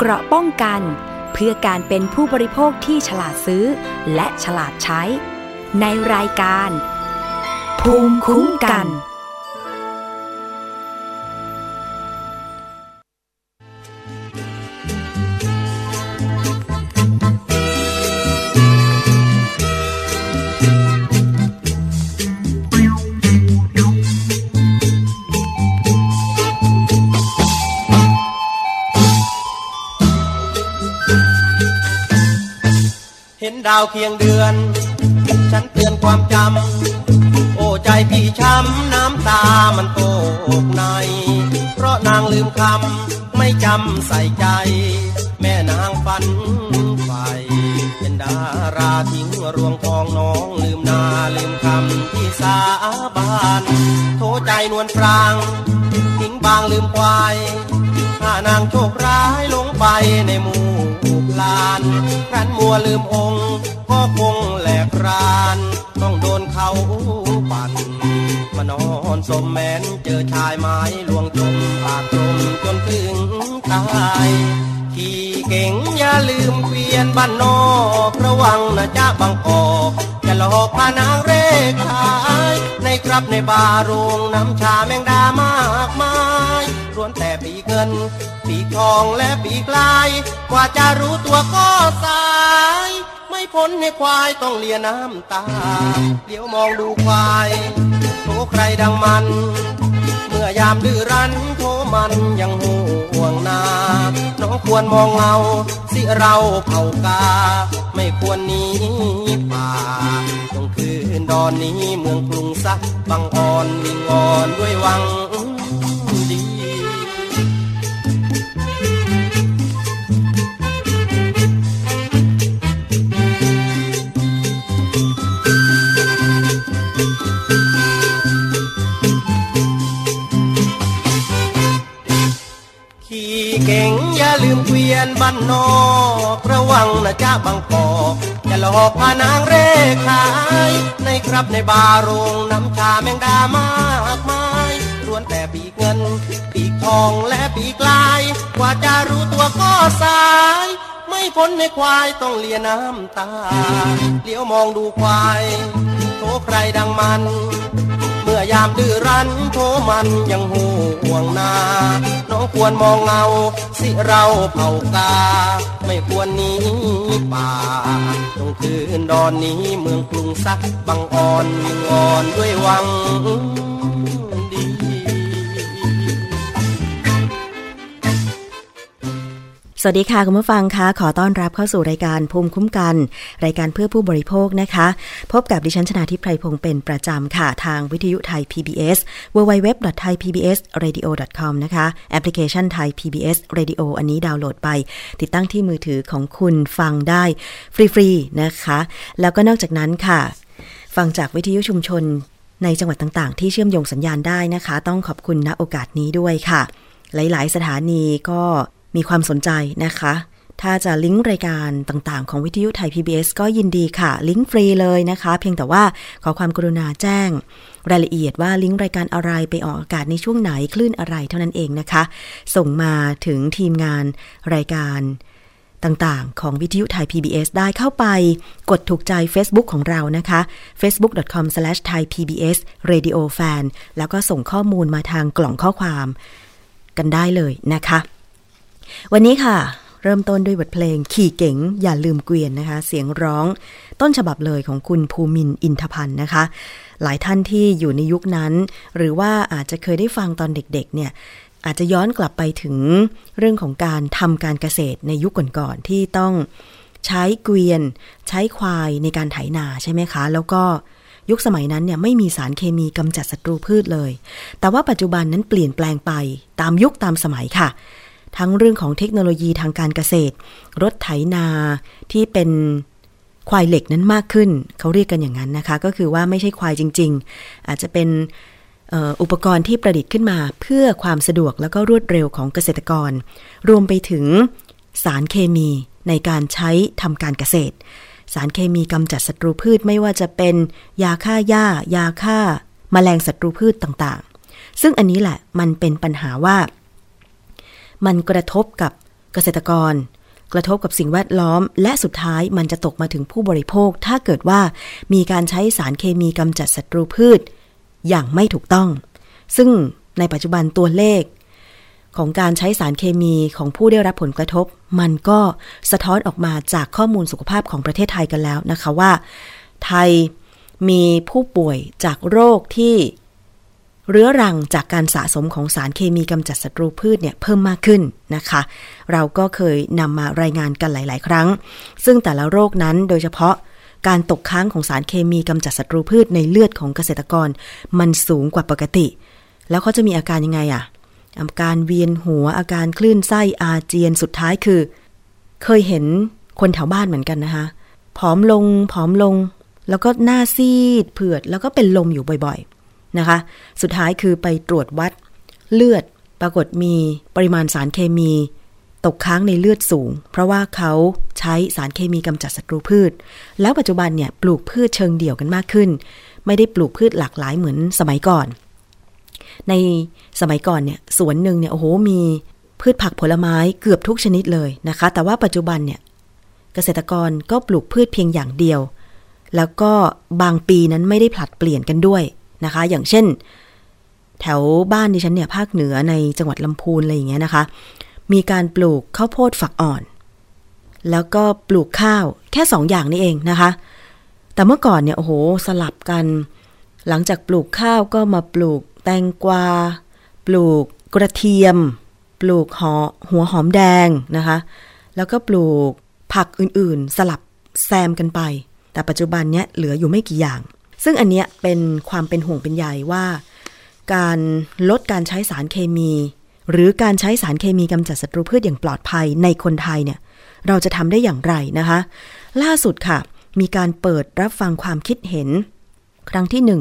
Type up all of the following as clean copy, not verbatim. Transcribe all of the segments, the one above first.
เกราะป้องกันเพื่อการเป็นผู้บริโภคที่ฉลาดซื้อและฉลาดใช้ในรายการภูมิคุ้มกันเห็นดาวเคียงเดือนฉันเตือนความจำโอ้ใจพี่ช้ำน้ำตามันตกในเพราะนางลืมคำไม่จำใส่ใจแม่นางฝันใฝ่เป็นดาราทิ้งรวงทองน้องลืมนาลืมคำที่สาบานโทใจนวลปรางทิ้งบางลืมควายถ้านางโชคร้ายลงไปในหมู่ลานครั้นมัวลืมองค์ก็คงแหลกรานต้องโดนเขาปั่นมานอนสมแม้นเจอชายไม้ลวงจมอาจจมจนถึงตายขี่เก่งอย่าลืมเวียนบ้านนอกระวังนะจ๊ะบางกอกจะหลอกพานางเร่ขายในครับในบาร์โรงน้ำชาแมงดามากมายล้วนแต่ปีเงินปีทองและปีกลายกว่าจะรู้ตัวก็สายไม่พ้นให้ควายต้องเลียน้ำตาเดี๋ยวมองดูควายโถใครดังมันเมื่อยามดื้อรั้นโถมันยังห่วงนาน้องควรมองเงาสิเราเผากาไม่ควรหนีป่าต้องคืนดอนนี้เมืองกรุงซักบางอ่อนวิงอ่อนด้วยวังดีเก่งอย่าลืมเวียนบ้านนอกระวังนะจ๊ะบางกอกจะหลอกพานางเร่ขายในครับในบาร์โรงน้ำชาแมงดามากมายล้วนแต่ปีกเงินปีกทองและปีกลายกว่าจะรู้ตัวก็สายไม่พ้นในควายต้องเลียน้ำตาเลี้ยวมองดูควายโถใครดังมันเมื่อยามดื้อรั้นโถมันยังห่วงนาน้องควรมองเงาสิเราเผากาไม่ควรหนีป่าต้องคืนดอนนี้เมืองกรุงซักบางอ่อนวิงอ่อนด้วยวังดีสวัสดีค่ะคุณผู้ฟังคะขอต้อนรับเข้าสู่รายการภูมิคุ้มกันรายการเพื่อผู้บริโภคนะคะพบกับดิฉันชนาธิปไพรพงศ์เป็นประจำค่ะทางวิทยุไทย PBS www.thaipbsradio.com นะคะแอปพลิเคชันไทย PBS Radio อันนี้ดาวน์โหลดไปติดตั้งที่มือถือของคุณฟังได้ฟรีๆนะคะแล้วก็นอกจากนั้นค่ะฟังจากวิทยุชุมชนในจังหวัดต่างๆที่เชื่อมโยงสัญญาณได้นะคะต้องขอบคุณณโอกาสนี้ด้วยค่ะหลายๆสถานีก็มีความสนใจนะคะถ้าจะลิงก์รายการต่างๆของวิทยุไทย PBS ก็ยินดีค่ะลิงก์ฟรีเลยนะคะเพียงแต่ว่าขอความกรุณาแจ้งรายละเอียดว่าลิงก์รายการอะไรไปออกอากาศในช่วงไหนคลื่นอะไรเท่านั้นเองนะคะส่งมาถึงทีมงานรายการต่างๆของวิทยุไทย PBS ได้เข้าไปกดถูกใจ Facebook ของเรานะคะ facebook.com/thaipbsradiofan แล้วก็ส่งข้อมูลมาทางกล่องข้อความกันได้เลยนะคะวันนี้ค่ะเริ่มต้นด้วยบทเพลงขี่เก๋งอย่าลืมเกวียนนะคะเสียงร้องต้นฉบับเลยของคุณภูมินทร์อินทพันธ์นะคะหลายท่านที่อยู่ในยุคนั้นหรือว่าอาจจะเคยได้ฟังตอนเด็กๆเนี่ยอาจจะย้อนกลับไปถึงเรื่องของการทำการเกษตรในยุคก่อนๆที่ต้องใช้เกวียนใช้ควายในการไถนาใช่ไหมคะแล้วก็ยุคสมัยนั้นเนี่ยไม่มีสารเคมีกำจัดศัตรูพืชเลยแต่ว่าปัจจุบันนั้นเปลี่ยนแปลงไปตามยุคตามสมัยค่ะทั้งเรื่องของเทคโนโลยีทางการเกษตรรถไถนาที่เป็นควายเหล็กนั้นมากขึ้นเขาเรียกกันอย่างนั้นนะคะก็คือว่าไม่ใช่ควายจริงๆอาจจะเป็นอุปกรณ์ที่ประดิษฐ์ขึ้นมาเพื่อความสะดวกแล้วก็รวดเร็วของเกษตรกรรวมไปถึงสารเคมีในการใช้ทำการเกษตรสารเคมีกำจัดศัตรูพืชไม่ว่าจะเป็นยาฆ่าหญ้ายาฆ่าแมลงศัตรูพืชต่างๆซึ่งอันนี้แหละมันเป็นปัญหาว่ามันกระทบกับเกษตรกรกระทบกับสิ่งแวดล้อมและสุดท้ายมันจะตกมาถึงผู้บริโภคถ้าเกิดว่ามีการใช้สารเคมีกำจัดศัตรูพืชอย่างไม่ถูกต้องซึ่งในปัจจุบันตัวเลขของการใช้สารเคมีของผู้ได้รับผลกระทบมันก็สะท้อนออกมาจากข้อมูลสุขภาพของประเทศไทยกันแล้วนะคะว่าไทยมีผู้ป่วยจากโรคที่เรื้อรังจากการสะสมของสารเคมีกำจัดศัตรูพืชเนี่ยเพิ่มมากขึ้นนะคะเราก็เคยนำมารายงานกันหลายๆครั้งซึ่งแต่ละโรคนั้นโดยเฉพาะการตกค้างของสารเคมีกำจัดศัตรูพืชในเลือดของเกษตรกรมันสูงกว่าปกติแล้วเขาจะมีอาการยังไงอาการเวียนหัวอาการคลื่นไส้อาเจียนสุดท้ายคือเคยเห็นคนแถวบ้านเหมือนกันนะคะผอมลงแล้วก็หน้าซีดเผือดแล้วก็เป็นลมอยู่บ่อยๆนะคะสุดท้ายคือไปตรวจวัดเลือดปรากฏมีปริมาณสารเคมีตกค้างในเลือดสูงเพราะว่าเขาใช้สารเคมีกำจัดศัตรูพืชแล้วปัจจุบันเนี่ยปลูกพืชเชิงเดี่ยวกันมากขึ้นไม่ได้ปลูกพืชหลากหลายเหมือนสมัยก่อนในสมัยก่อนเนี่ยสวนหนึ่งเนี่ยโอ้โหมีพืชผักผลไม้เกือบทุกชนิดเลยนะคะแต่ว่าปัจจุบันเนี่ยเกษตรกรก็ปลูกพืชเพียงอย่างเดียวแล้วก็บางปีนั้นไม่ได้ผลัดเปลี่ยนกันด้วยนะคะอย่างเช่นแถวบ้านดิฉันเนี่ยภาคเหนือในจังหวัดลำพูนอะไรอย่างเงี้ยนะคะมีการปลูกข้าวโพดฝักอ่อนแล้วก็ปลูกข้าวแค่2 อย่างนี่เองนะคะแต่เมื่อก่อนเนี่ยโอ้โหสลับกันหลังจากปลูกข้าวก็มาปลูกแตงกวาปลูกกระเทียมปลูกหัวหอมแดงนะคะแล้วก็ปลูกผักอื่นๆสลับแซมกันไปแต่ปัจจุบันเนี้ยเหลืออยู่ไม่กี่อย่างซึ่งอันเนี้ยเป็นความเป็นห่วงเป็นใยว่าการลดการใช้สารเคมีหรือการใช้สารเคมีกำจัดศัตรูพืชอย่างปลอดภัยในคนไทยเนี่ยเราจะทำได้อย่างไรนะคะล่าสุดค่ะมีการเปิดรับฟังความคิดเห็นครั้งที่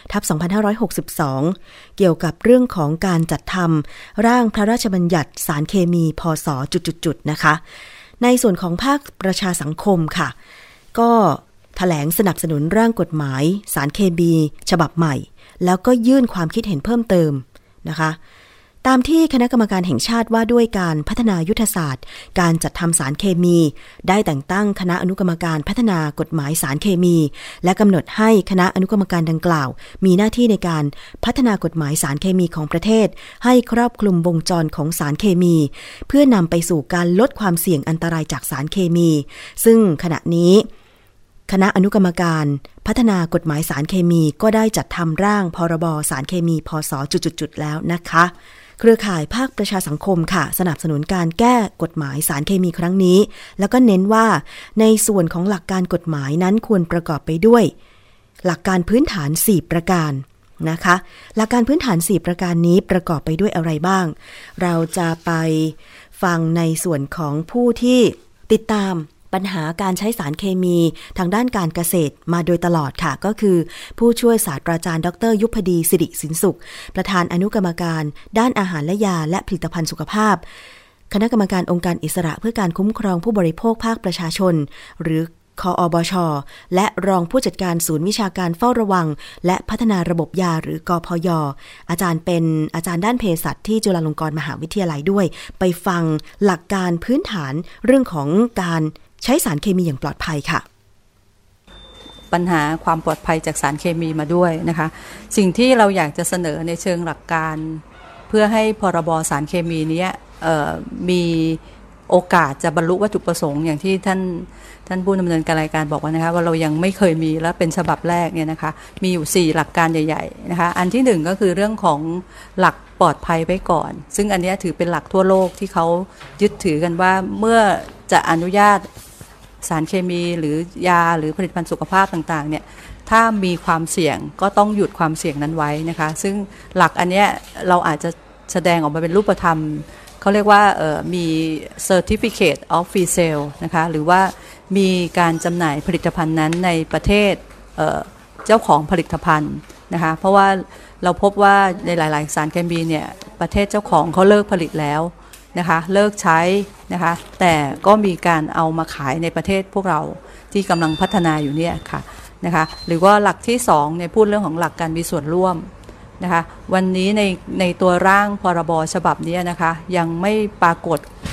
1/2562เกี่ยวกับเรื่องของการจัดทำร่างพระราชบัญญัติสารเคมีพ.ศ.จุดๆนะคะในส่วนของภาคประชาสังคมค่ะก็แถลงสนับสนุนร่างกฎหมายสารเคมีฉบับใหม่แล้วก็ยื่นความคิดเห็นเพิ่มเติมนะคะตามที่คณะกรรมการแห่งชาติว่าด้วยการพัฒนายุทธศาสตร์การจัดทำสารเคมีได้แต่งตั้งคณะอนุกรรมการพัฒนากฎหมายสารเคมีและกำหนดให้คณะอนุกรรมการดังกล่าวมีหน้าที่ในการพัฒนากฎหมายสารเคมีของประเทศให้ครอบคลุมวงจรของสารเคมีเพื่อนำไปสู่การลดความเสี่ยงอันตรายจากสารเคมีซึ่งขณะนี้คณะอนุกรรมการพัฒนากฎหมายสารเคมีก็ได้จัดทำร่างพรบสารเคมีพ.ศ.จุดๆแล้วนะคะเครือข่ายภาคประชาสังคมค่ะสนับสนุนการแก้กฎหมายสารเคมีครั้งนี้แล้วก็เน้นว่าในส่วนของหลักการกฎหมายนั้นควรประกอบไปด้วยหลักการพื้นฐาน4ประการนะคะหลักการพื้นฐาน4ประการนี้ประกอบไปด้วยอะไรบ้างเราจะไปฟังในส่วนของผู้ที่ติดตามปัญหาการใช้สารเคมีทางด้านการเกษตรมาโดยตลอดค่ะก็คือผู้ช่วยศาสตราจารย์ดร.ยุพดีสิริสินสุขประธานอนุกรรมการด้านอาหารและยาและผลิตภัณฑ์สุขภาพคณะกรรมการองค์การอิสระเพื่อการคุ้มครองผู้บริโภคภาคประชาชนหรือคออบช.และรองผู้จัดการศูนย์วิชาการเฝ้าระวังและพัฒนาระบบยาหรือกพย.อาจารย์เป็นอาจารย์ด้านเภสัชที่จุฬาลงกรณ์มหาวิทยาลัยด้วยไปฟังหลักการพื้นฐานเรื่องของการใช้สารเคมีอย่างปลอดภัยค่ะปัญหาความปลอดภัยจากสารเคมีมาด้วยนะคะสิ่งที่เราอยากจะเสนอในเชิงหลักการเพื่อให้พรบสารเคมีนี้มีโอกาสจะบรรลุวัตถุประสงค์อย่างที่ท่านผู้ดำเนินการรายการบอกว่านะคะว่าเรายังไม่เคยมีและเป็นฉบับแรกเนี่ยนะคะมีอยู่4หลักการใหญ่ๆนะคะอันที่1ก็คือเรื่องของหลักปลอดภัยไว้ก่อนซึ่งอันนี้ถือเป็นหลักทั่วโลกที่เขายึดถือกันว่าเมื่อจะอนุญาตสารเคมีหรือยาหรือผลิตภัณฑ์สุขภาพต่างๆเนี่ยถ้ามีความเสี่ยงก็ต้องหยุดความเสี่ยงนั้นไว้นะคะซึ่งหลักอันเนี้ยเราอาจจะแสดงออกมาเป็นรูปธรรมเขาเรียกว่ามี Certificate of Free Sale นะคะหรือว่ามีการจำหน่ายผลิตภัณฑ์นั้นในประเทศเจ้าของผลิตภัณฑ์นะคะเพราะว่าเราพบว่าในหลายๆสารเคมีเนี่ยประเทศเจ้าของเขาเลิกผลิตแล้วนะคะเลิกใช้นะคะแต่ก็มีการเอามาขายในประเทศพวกเราที่กำลังพัฒนาอยู่เนี่ยค่ะนะคะหรือว่าหลักที่2เนี่ยพูดเรื่องของหลักการมีส่วนร่วมนะคะวันนี้ในตัวร่างพรบฉบับนี้นะคะยังไม่ปรากฏ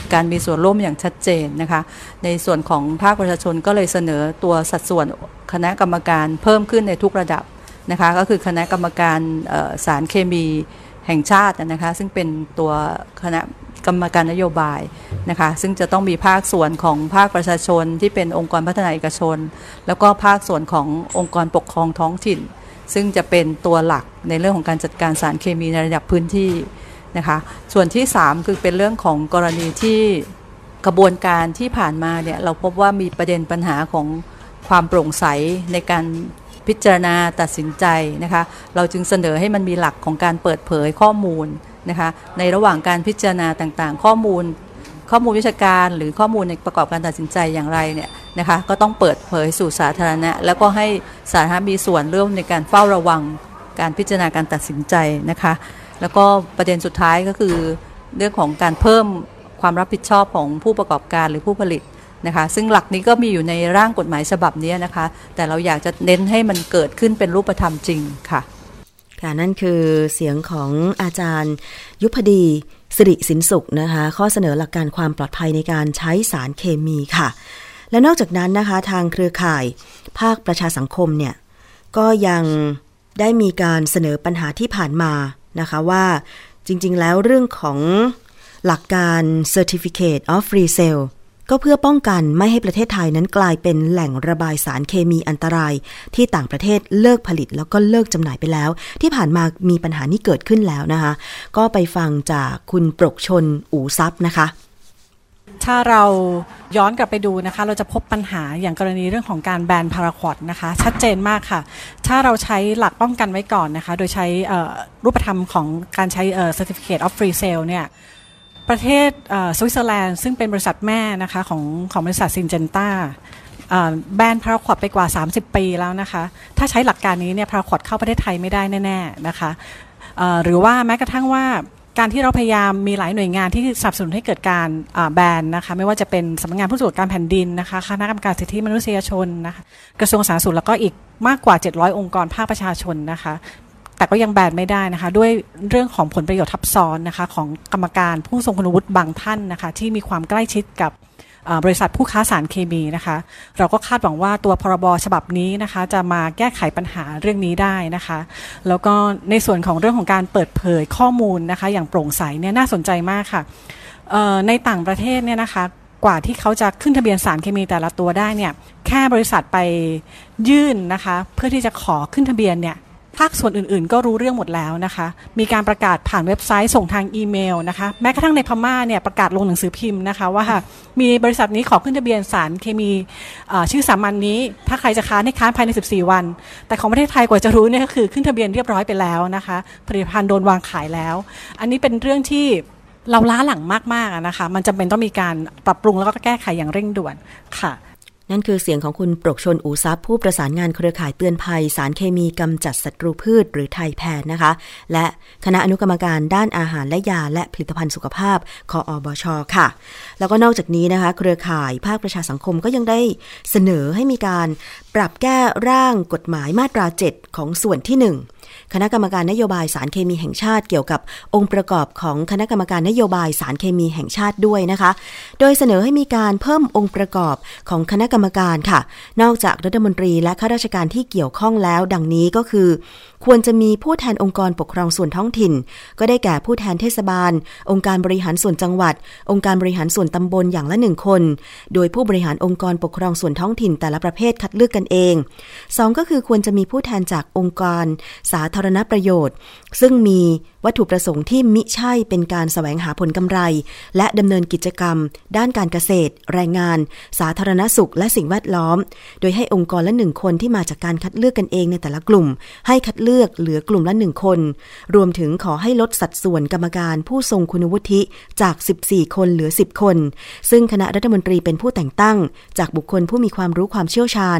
การมีส่วนร่วมอย่างชัดเจนนะคะในส่วนของภาคประชาชนก็เลยเสนอตัวสัดส่วนคณะกรรมการเพิ่มขึ้นในทุกระดับนะคะก็คือคณะกรรมการสารเคมีแห่งชาตินะคะซึ่งเป็นตัวคณะกรรมการนโยบายนะคะซึ่งจะต้องมีภาคส่วนของภาคประชาชนที่เป็นองค์กรพัฒนาเอกชนแล้วก็ภาคส่วนขององค์กรปกครองท้องถิ่นซึ่งจะเป็นตัวหลักในเรื่องของการจัดการสารเคมีในระดับพื้นที่นะคะส่วนที่3คือเป็นเรื่องของกรณีที่กระบวนการที่ผ่านมาเนี่ยเราพบว่ามีประเด็นปัญหาของความโปร่งใสในการพิจารณาตัดสินใจนะคะเราจึงเสนอให้มันมีหลักของการเปิดเผยข้อมูลนะคะในระหว่างการพิจารณาต่างๆข้อมูลวิชาการหรือข้อมูลในประกอบการตัดสินใจอย่างไรเนี่ยนะคะก็ต้องเปิดเผยสู่สาธารณะแล้วก็ให้สาธารณะมีส่วนร่วมในการเฝ้าระวังการพิจารณาการตัดสินใจนะคะแล้วก็ประเด็นสุดท้ายก็คือเรื่องของการเพิ่มความรับผิดชอบของผู้ประกอบการหรือผู้ผลิตนะคะซึ่งหลักนี้ก็มีอยู่ในร่างกฎหมายฉบับนี้นะคะแต่เราอยากจะเน้นให้มันเกิดขึ้นเป็นรูปธรรมจริงค่ะค่ะนั่นคือเสียงของอาจารย์ยุพดีสิริสินสุขนะคะข้อเสนอหลักการความปลอดภัยในการใช้สารเคมีค่ะและนอกจากนั้นนะคะทางเครือข่ายภาคประชาสังคมเนี่ยก็ยังได้มีการเสนอปัญหาที่ผ่านมานะคะว่าจริงๆแล้วเรื่องของหลักการ Certificate of Free Sale ก็เพื่อป้องกันไม่ให้ประเทศไทยนั้นกลายเป็นแหล่งระบายสารเคมีอันตรายที่ต่างประเทศเลิกผลิตแล้วก็เลิกจำหน่ายไปแล้วที่ผ่านมามีปัญหานี้เกิดขึ้นแล้วนะคะก็ไปฟังจากคุณปรกชนอู่ทรัพย์นะคะถ้าเราย้อนกลับไปดูนะคะเราจะพบปัญหาอย่างกรณีเรื่องของการแบนพาราควอดนะคะชัดเจนมากค่ะถ้าเราใช้หลักป้องกันไว้ก่อนนะคะโดยใช้รูปธรรมของการใช้Certificate of Free Sale เนี่ยประเทศสวิตเซอร์แลนด์ซึ่งเป็นบริษัทแม่นะคะของบริษัทซินเจนต้าแบนพาราควอดไปกว่า30 ปีแล้วนะคะถ้าใช้หลักการนี้เนี่ยพาราควอดเข้าประเทศไทยไม่ได้แน่ๆนะคะหรือว่าแม้กระทั่งว่าการที่เราพยายามมีหลายหน่วยงานที่สนับสนุนให้เกิดการแบนนะคะไม่ว่าจะเป็นสำนักงานผู้ตรวจการแผ่นดินนะคะคณะกรรมการสิทธิมนุษยชนนะคะกระทรวงสาธารณสุขแล้วก็อีกมากกว่า700องค์กรภาคประชาชนนะคะแต่ก็ยังแบนไม่ได้นะคะด้วยเรื่องของผลประโยชน์ทับซ้อนนะคะของกรรมการผู้ทรงคุณวุฒิบางท่านนะคะที่มีความใกล้ชิดกับบริษัทผู้ค้าสารเคมีนะคะเราก็คาดหวังว่าตัวพรบฉบับนี้นะคะจะมาแก้ไขปัญหาเรื่องนี้ได้นะคะแล้วก็ในส่วนของเรื่องของการเปิดเผยข้อมูลนะคะอย่างโปร่งใสเนี่ยน่าสนใจมากค่ะในต่างประเทศเนี่ยนะคะกว่าที่เขาจะขึ้นทะเบียนสารเคมีแต่ละตัวได้เนี่ยแค่บริษัทไปยื่นนะคะเพื่อที่จะขอขึ้นทะเบียนเนี่ยภาคส่วนอื่นๆก็รู้เรื่องหมดแล้วนะคะมีการประกาศผ่านเว็บไซต์ส่งทางอีเมลนะคะแม้กระทั่งในพม่าเนี่ยประกาศลงหนังสือพิมพ์นะคะว่ามีบริษัทนี้ขอขึ้นทะเบียนสารเคมีชื่อสามัญนี้ถ้าใครจะค้านให้ค้านภายใน14วันแต่ของประเทศไทยกว่าจะรู้เนี่ยก็คือขึ้นทะเบียนเรียบร้อยไปแล้วนะคะผลิตภัณฑ์โดนวางขายแล้วอันนี้เป็นเรื่องที่เราล้าหลังมากๆนะคะมันจำเป็นต้องมีการปรับปรุงแล้วก็แก้ไขอย่างเร่งด่วนค่ะนั่นคือเสียงของคุณปรกชนอู่ทรัพย์ผู้ประสานงานเครือข่ายเตือนภัยสารเคมีกำจัดศัตรูพืชหรือไทยแพนนะคะและคณะอนุกรรมการด้านอาหารและยาและผลิตภัณฑ์สุขภาพคอบช.ค่ะแล้วก็นอกจากนี้นะคะเครือข่ายภาคประชาสังคมก็ยังได้เสนอให้มีการปรับแก้ร่างกฎหมายมาตรา7ของส่วนที่1คณะกรรมการนโยบายสารเคมีแห่งชาติเกี่ยวกับองค์ประกอบของคณะกรรมการนโยบายสารเคมีแห่งชาติด้วยนะคะโดยเสนอให้มีการเพิ่มองค์ประกอบของคณะกรรมการค่ะนอกจากรัฐมนตรีและข้าราชการที่เกี่ยวข้องแล้วดังนี้ก็คือควรจะมีผู้แทนองค์กรปกครองส่วนท้องถิ่นก็ได้แก่ผู้แทนเทศบาลองค์การบริหารส่วนจังหวัดองค์การบริหารส่วนตำบลอย่างละ1คนโดยผู้บริหารองค์กรปกครองส่วนท้องถิ่นแต่ละประเภทคัดเลือกกันเอง2ก็คือควรจะมีผู้แทนจากองค์กรสาธารณประโยชน์ซึ่งมีวัตถุประสงค์ที่มิใช่เป็นการแสวงหาผลกำไรและดำเนินกิจกรรมด้านการเกษตรแรงงานสาธารณสุขและสิ่งแวดล้อมโดยให้องค์กรละ1คนที่มาจากการคัดเลือกกันเองในแต่ละกลุ่มให้คัดเลือกเหลือกลุ่มละ1คนรวมถึงขอให้ลดสัดส่วนกรรมการผู้ทรงคุณวุฒิจาก14คนเหลือ10คนซึ่งคณะรัฐมนตรีเป็นผู้แต่งตั้งจากบุคคลผู้มีความรู้ความเชี่ยวชาญ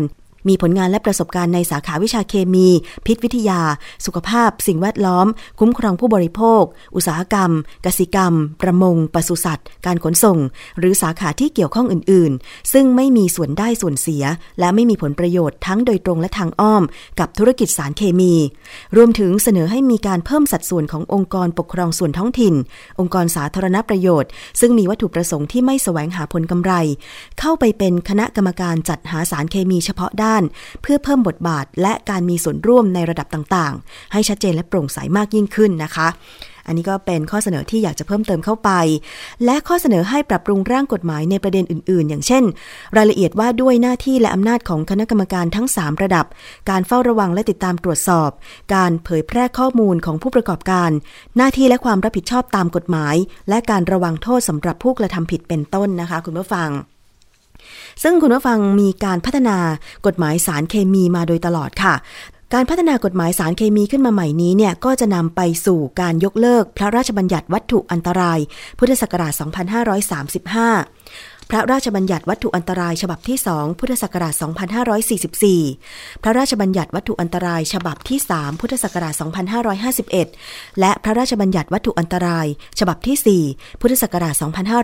มีผลงานและประสบการณ์ในสาขาวิชาเคมีพิษวิทยาสุขภาพสิ่งแวดล้อมคุ้มครองผู้บริโภคอุตสาหกรรมกสิกรรมประมงปศุสัตว์การขนส่งหรือสาขาที่เกี่ยวข้องอื่นๆซึ่งไม่มีส่วนได้ส่วนเสียและไม่มีผลประโยชน์ทั้งโดยตรงและทางอ้อมกับธุรกิจสารเคมีรวมถึงเสนอให้มีการเพิ่มสัดส่วนขององค์กรปกครองส่วนท้องถิ่นองค์กรสาธารณประโยชน์ซึ่งมีวัตถุประสงค์ที่ไม่แสวงหาผลกำไรเข้าไปเป็นคณะกรรมการจัดหาสารเคมีเฉพาะด้านเพื่อเพิ่มบทบาทและการมีส่วนร่วมในระดับต่างๆให้ชัดเจนและโปร่งใสมากยิ่งขึ้นนะคะอันนี้ก็เป็นข้อเสนอที่อยากจะเพิ่มเติมเข้าไปและข้อเสนอให้ปรับปรุงร่างกฎหมายในประเด็นอื่นๆอย่างเช่นรายละเอียดว่าด้วยหน้าที่และอำนาจของคณะกรรมการทั้ง3ระดับการเฝ้าระวังและติดตามตรวจสอบการเผยแพร่ข้อมูลของผู้ประกอบการหน้าที่และความรับผิดชอบตามกฎหมายและการระวังโทษสำหรับผู้กระทำผิดเป็นต้นนะคะคุณผู้ฟังซึ่งคุณผู้ฟังมีการพัฒนากฎหมายสารเคมีมาโดยตลอดค่ะการพัฒนากฎหมายสารเคมีขึ้นมาใหม่นี้เนี่ยก็จะนำไปสู่การยกเลิกพระราชบัญญัติวัตถุอันตรายพุทธศักราช 2535 พระราชบัญญัติวัตถุอันตรายฉบับที่2พุทธศักราช 2544 พระราชบัญญัติวัตถุอันตรายฉบับที่3พุทธศักราช 2551 และพระราชบัญญัติวัตถุอันตรายฉบับที่4พุทธศักราช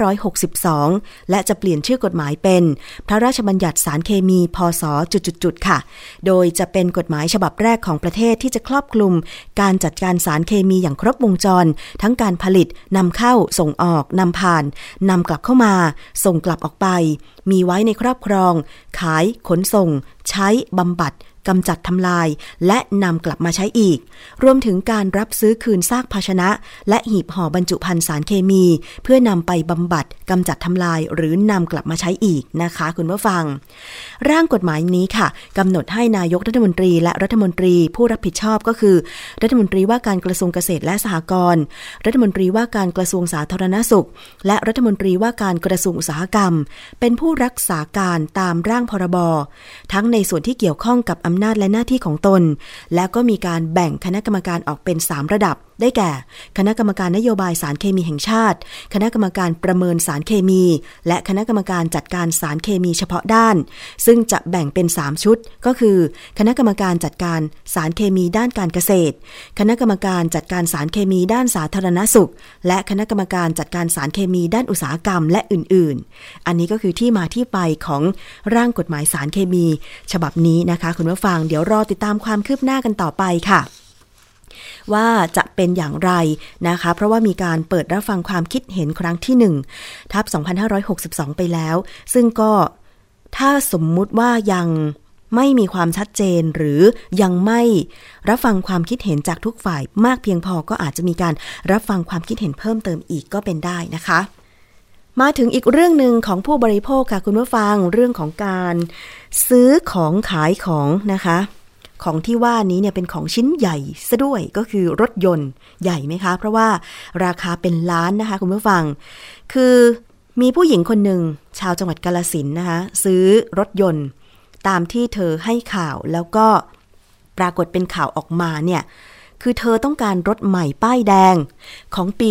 2562 และจะเปลี่ยนชื่อกฎหมายเป็นพระราชบัญญัติสารเคมีพ.ศ.ค่ะโดยจะเป็นกฎหมายฉบับแรกของประเทศที่จะครอบคลุมการจัดการสารเคมีอย่างครบวงจรทั้งการผลิตนำเข้าส่งออกนำผ่านนำกลับเข้ามาส่งกลับออกไปมีไว้ในครอบครองขายขนส่งใช้บำบัดกำจัดทำลายและนำกลับมาใช้อีกรวมถึงการรับซื้อคืนซากภาชนะและหีบห่อบรรจุภัณฑ์สารเคมีเพื่อนำไปบำบัดกำจัดทำลายหรือนำกลับมาใช้อีกนะคะคุณผู้ฟังร่างกฎหมายนี้ค่ะกำหนดให้นายกรัฐมนตรีและรัฐมนตรีผู้รับผิดชอบก็คือรัฐมนตรีว่าการกระทรวงเกษตรและสหกรณ์รัฐมนตรีว่าการกระทรวงสาธารณสุขและรัฐมนตรีว่าการกระทรวงอุตสาหกรรมเป็นผู้รักษาการตามร่างพรบทั้งในส่วนที่เกี่ยวข้องกับอำนาจและหน้าที่ของตนแล้วก็มีการแบ่งคณะกรรมการออกเป็น3ระดับได้แก่คณะกรรมการนโยบายสารเคมีแห่งชาติคณะกรรมการประเมินสารเคมีและคณะกรรมการจัดการสารเคมีเฉพาะด้านซึ่งจะแบ่งเป็น3ชุดก็คือคณะกรรมการจัดการสารเคมีด้านการเกษตรคณะกรรมการจัดการสารเคมีด้านสาธารณสุขและคณะกรรมการจัดการสารเคมีด้านอุตสาหกรรมและอื่นๆอันนี้ก็คือที่มาที่ไปของร่างกฎหมายสารเคมีฉบับนี้นะคะคุณผู้ฟังเดี๋ยวรอติดตามความคืบหน้ากันต่อไปค่ะว่าจะเป็นอย่างไรนะคะเพราะว่ามีการเปิดรับฟังความคิดเห็นครั้งที่1ทับ2562ไปแล้วซึ่งก็ถ้าสมมุติว่ายังไม่มีความชัดเจนหรือยังไม่รับฟังความคิดเห็นจากทุกฝ่ายมากเพียงพอก็อาจจะมีการรับฟังความคิดเห็นเพิ่มเติมอีกก็เป็นได้นะคะมาถึงอีกเรื่องนึงของผู้บริโภคค่ะคุณผู้ฟังเรื่องของการซื้อของขายของนะคะของที่ว่านี้เนี่ยเป็นของชิ้นใหญ่ซะด้วยก็คือรถยนต์ใหญ่ไหมคะเพราะว่าราคาเป็นล้านนะคะคุณผู้ฟังคือมีผู้หญิงคนหนึ่งชาวจังหวัดกาฬสินธุ์นะคะซื้อรถยนต์ตามที่เธอให้ข่าวแล้วก็ปรากฏเป็นข่าวออกมาเนี่ยคือเธอต้องการรถใหม่ป้ายแดงของปี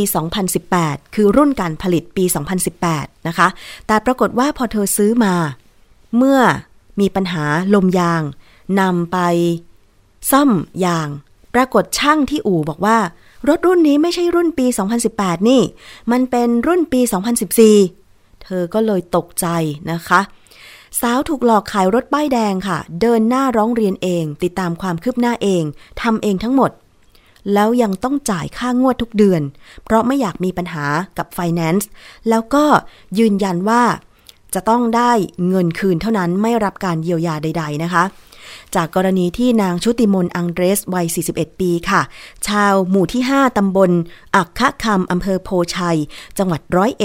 2018 คือรุ่นการผลิตปี 2018 นะคะแต่ปรากฏว่าพอเธอซื้อมาเมื่อมีปัญหาลมยางนำไปซ่อมยางปรากฏช่างที่อู่บอกว่ารถรุ่นนี้ไม่ใช่รุ่นปี 2018 นี่มันเป็นรุ่นปี 2014 เธอก็เลยตกใจนะคะสาวถูกหลอกขายรถป้ายแดงค่ะเดินหน้าร้องเรียนเองติดตามความคืบหน้าเองทำเองทั้งหมดแล้วยังต้องจ่ายค่างวดทุกเดือนเพราะไม่อยากมีปัญหากับไฟแนนซ์แล้วก็ยืนยันว่าจะต้องได้เงินคืนเท่านั้นไม่รับการเยียวยาใดๆนะคะจากกรณีที่นางชุติมนต์อังเดรสวัย41ปีค่ะชาวหมู่ที่5ตำบลอักขะคำอำเภอโพชัยจังหวัด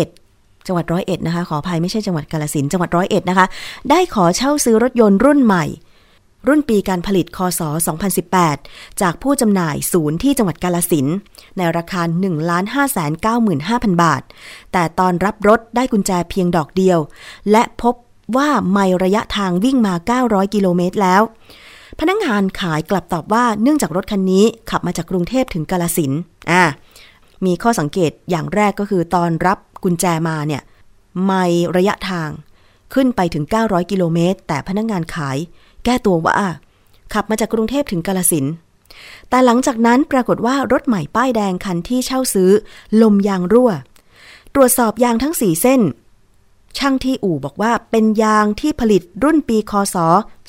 101นะคะขออภัยไม่ใช่จังหวัดกาฬสินธุ์จังหวัด101นะคะได้ขอเช่าซื้อรถยนต์รุ่นใหม่รุ่นปีการผลิตคศ2018จากผู้จำหน่ายศูนย์ที่จังหวัดกาฬสินธุ์ในราคา 1,595,000 บาทแต่ตอนรับรถได้กุญแจเพียงดอกเดียวและพบว่าไม่ระยะทางวิ่งมา900กิโลเมตรแล้วพนักงานขายกลับตอบว่าเนื่องจากรถคันนี้ขับมาจากกรุงเทพถึงกาฬสินธุ์มีข้อสังเกตอย่างแรกก็คือตอนรับกุญแจมาเนี่ยไม่ระยะทางขึ้นไปถึง900กิโลเมตรแต่พนักงานขายแก้ตัวว่าขับมาจากกรุงเทพถึงกาฬสินธุ์แต่หลังจากนั้นปรากฏว่ารถใหม่ป้ายแดงคันที่เช่าซื้อลมยางรั่วตรวจสอบยางทั้ง4เส้นช่างที่อู่บอกว่าเป็นยางที่ผลิตรุ่นปีคศ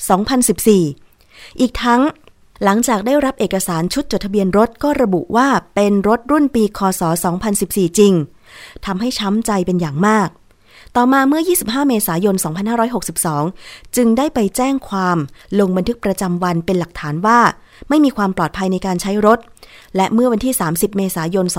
2014 อีกทั้งหลังจากได้รับเอกสารชุดจดทะเบียนรถก็ระบุว่าเป็นรถรุ่นปีคศ 2014 จริงทำให้ช้ำใจเป็นอย่างมากต่อมาเมื่อ25เมษายน2562จึงได้ไปแจ้งความลงบันทึกประจำวันเป็นหลักฐานว่าไม่มีความปลอดภัยในการใช้รถและเมื่อวันที่30เมษายน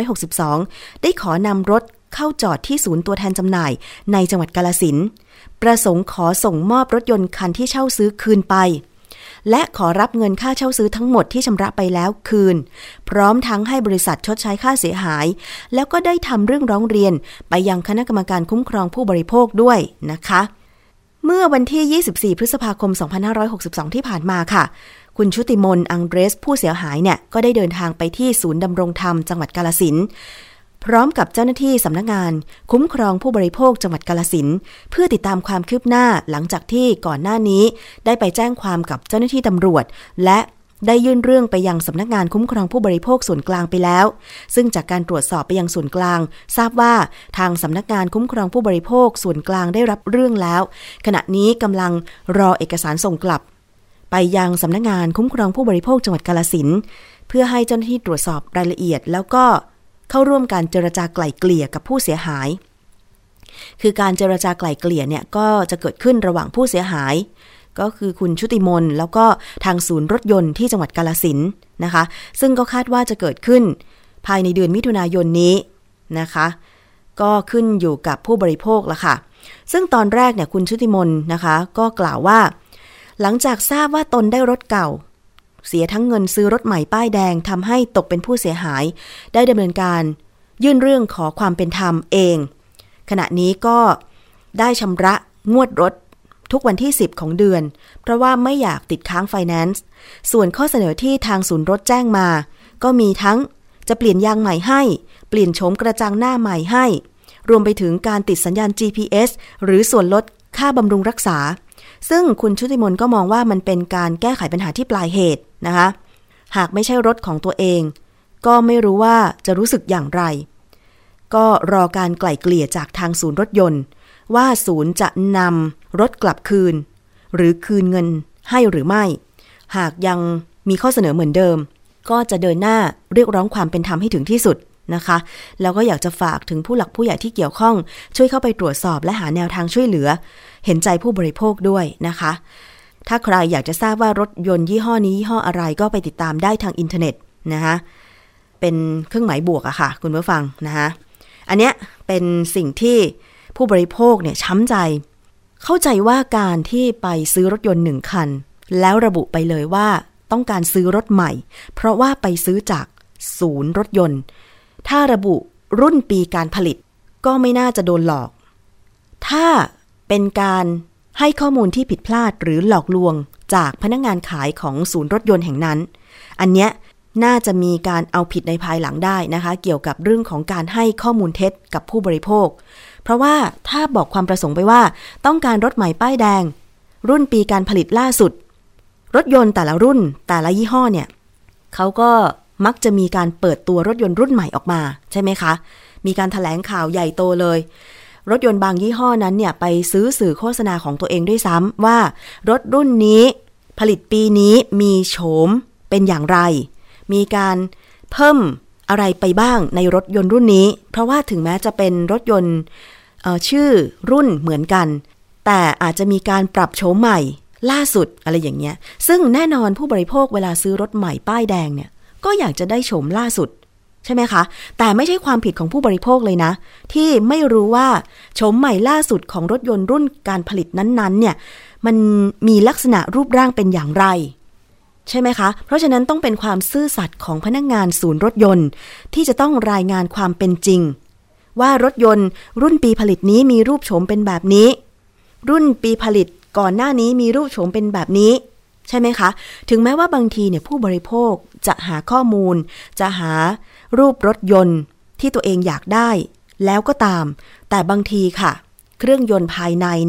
2562ได้ขอนำรถเข้าจอดที่ศูนย์ตัวแทนจำหน่ายในจังหวัดกาฬสินธุ์ประสงค์ขอส่งมอบรถยนต์คันที่เช่าซื้อคืนไปและขอรับเงินค่าเช่าซื้อทั้งหมดที่ชำระไปแล้วคืนพร้อมทั้งให้บริษัทชดใช้ค่าเสียหายแล้วก็ได้ทำเรื่องร้องเรียนไปยังคณะกรรมการคุ้มครองผู้บริโภคด้วยนะคะเมื่อวันที่24พฤษภาคม2562ที่ผ่านมาค่ะคุณชุติมนต์อังเดรสผู้เสียหายเนี่ยก็ได้เดินทางไปที่ศูนย์ดำรงธรรมจังหวัดกาฬสินธุ์พร้อมกับเจ้าหน้าที่สำนักงานคุ้มครองผู้บริโภคจังหวัดกาฬสินธุ์เพื่อติดตามความคืบหน้าหลังจากที่ก่อนหน้านี้ได้ไปแจ้งความกับเจ้าหน้าที่ตำรวจและได้ยื่นเรื่องไปยังสำนักงานคุ้มครองผู้บริโภคส่วนกลางไปแล้วซึ่งจากการตรวจสอบไปยังส่วนกลางทราบว่าทางสำนักงานคุ้มครองผู้บริโภคส่วนกลางได้รับเรื่องแล้วขณะนี้กำลังรอเอกสารส่งกลับไปยังสำนักงานคุ้มครองผู้บริโภคจังหวัดกาฬสินธุ์เพื่อให้เจ้าหน้าที่ตรวจสอบรายละเอียดแล้วก็เข้าร่วมการเจรจาไกล่เกลี่ยกับผู้เสียหายคือการเจรจาไกล่เกลี่ยเนี่ยก็จะเกิดขึ้นระหว่างผู้เสียหายก็คือคุณชุติมนต์แล้วก็ทางศูนย์รถยนต์ที่จังหวัดกาฬสินธุ์นะคะซึ่งก็คาดว่าจะเกิดขึ้นภายในเดือนมิถุนายนนี้นะคะก็ขึ้นอยู่กับผู้บริโภคละค่ะซึ่งตอนแรกเนี่ยคุณชุติมนต์นะคะก็กล่าวว่าหลังจากทราบว่าตนได้รถเก่าเสียทั้งเงินซื้อรถใหม่ป้ายแดงทำให้ตกเป็นผู้เสียหายได้ดำเนินการยื่นเรื่องขอความเป็นธรรมเองขณะนี้ก็ได้ชำระงวดรถทุกวันที่10ของเดือนเพราะว่าไม่อยากติดค้างไฟแนนซ์ส่วนข้อเสนอที่ทางศูนย์รถแจ้งมาก็มีทั้งจะเปลี่ยนยางใหม่ให้เปลี่ยนโฉมกระจังหน้าใหม่ให้รวมไปถึงการติดสัญญาณ GPS หรือส่วนลดค่าบำรุงรักษาซึ่งคุณชุติมนต์ก็มองว่ามันเป็นการแก้ไขปัญหาที่ปลายเหตุนะคะหากไม่ใช่รถของตัวเองก็ไม่รู้ว่าจะรู้สึกอย่างไรก็รอการไกล่เกลี่ยจากทางศูนย์รถยนต์ว่าศูนย์จะนำรถกลับคืนหรือคืนเงินให้หรือไม่หากยังมีข้อเสนอเหมือนเดิมก็จะเดินหน้าเรียกร้องความเป็นธรรมให้ถึงที่สุดนะคะแล้วก็อยากจะฝากถึงผู้หลักผู้ใหญ่ที่เกี่ยวข้องช่วยเข้าไปตรวจสอบและหาแนวทางช่วยเหลือเห็นใจผู้บริโภคด้วยนะคะถ้าใครอยากจะทราบว่ารถยนต์ยี่ห้อนี้ยี่ห้ออะไรก็ไปติดตามได้ทางอินเทอร์เน็ตนะคะเป็นเครื่องหมายบวกอะค่ะคุณผู้ฟังนะคะอันเนี้ยเป็นสิ่งที่ผู้บริโภคเนี่ยช้ำใจเข้าใจว่าการที่ไปซื้อรถยนต์1คันแล้วระบุไปเลยว่าต้องการซื้อรถใหม่เพราะว่าไปซื้อจากศูนย์รถยนต์ถ้าระบุรุ่นปีการผลิตก็ไม่น่าจะโดนหลอกถ้าเป็นการให้ข้อมูลที่ผิดพลาดหรือหลอกลวงจากพนักงานขายของศูนย์รถยนต์แห่งนั้นอันเนี้ยน่าจะมีการเอาผิดในภายหลังได้นะคะเกี่ยวกับเรื่องของการให้ข้อมูลเท็จกับผู้บริโภคเพราะว่าถ้าบอกความประสงค์ไปว่าต้องการรถใหม่ป้ายแดงรุ่นปีการผลิตล่าสุดรถยนต์แต่ละรุ่นแต่ละยี่ห้อเนี่ยเขาก็มักจะมีการเปิดตัวรถยนต์รุ่นใหม่ออกมาใช่ไหมคะมีการแถลงข่าวใหญ่โตเลยรถยนต์บางยี่ห้อนั้นเนี่ยไปซื้อสื่อโฆษณาของตัวเองด้วยซ้ำว่ารถรุ่นนี้ผลิตปีนี้มีโฉมเป็นอย่างไรมีการเพิ่มอะไรไปบ้างในรถยนต์รุ่นนี้เพราะว่าถึงแม้จะเป็นรถยนต์ชื่อรุ่นเหมือนกันแต่อาจจะมีการปรับโฉมใหม่ล่าสุดอะไรอย่างเงี้ยซึ่งแน่นอนผู้บริโภคเวลาซื้อรถใหม่ป้ายแดงเนี่ยก็อยากจะได้โฉมล่าสุดใช่ไหมคะแต่ไม่ใช่ความผิดของผู้บริโภคเลยนะที่ไม่รู้ว่าโฉมใหม่ล่าสุดของรถยนต์รุ่นการผลิตนั้นๆเนี่ยมันมีลักษณะรูปร่างเป็นอย่างไรใช่ไหมคะเพราะฉะนั้นต้องเป็นความซื่อสัตย์ของพนักงานศูนย์รถยนต์ที่จะต้องรายงานความเป็นจริงว่ารถยนต์รุ่นปีผลิตนี้มีรูปโฉมเป็นแบบนี้รุ่นปีผลิตก่อนหน้านี้มีรูปโฉมเป็นแบบนี้ใช่ไหมคะถึงแม้ว่าบางทีเนี่ยผู้บริโภคจะหาข้อมูลจะหารูปรถยนต์ที่ตัวเองอยากได้แล้วก็ตามแต่บางทีค่ะเครื่องยนต์ภายในเนี่ย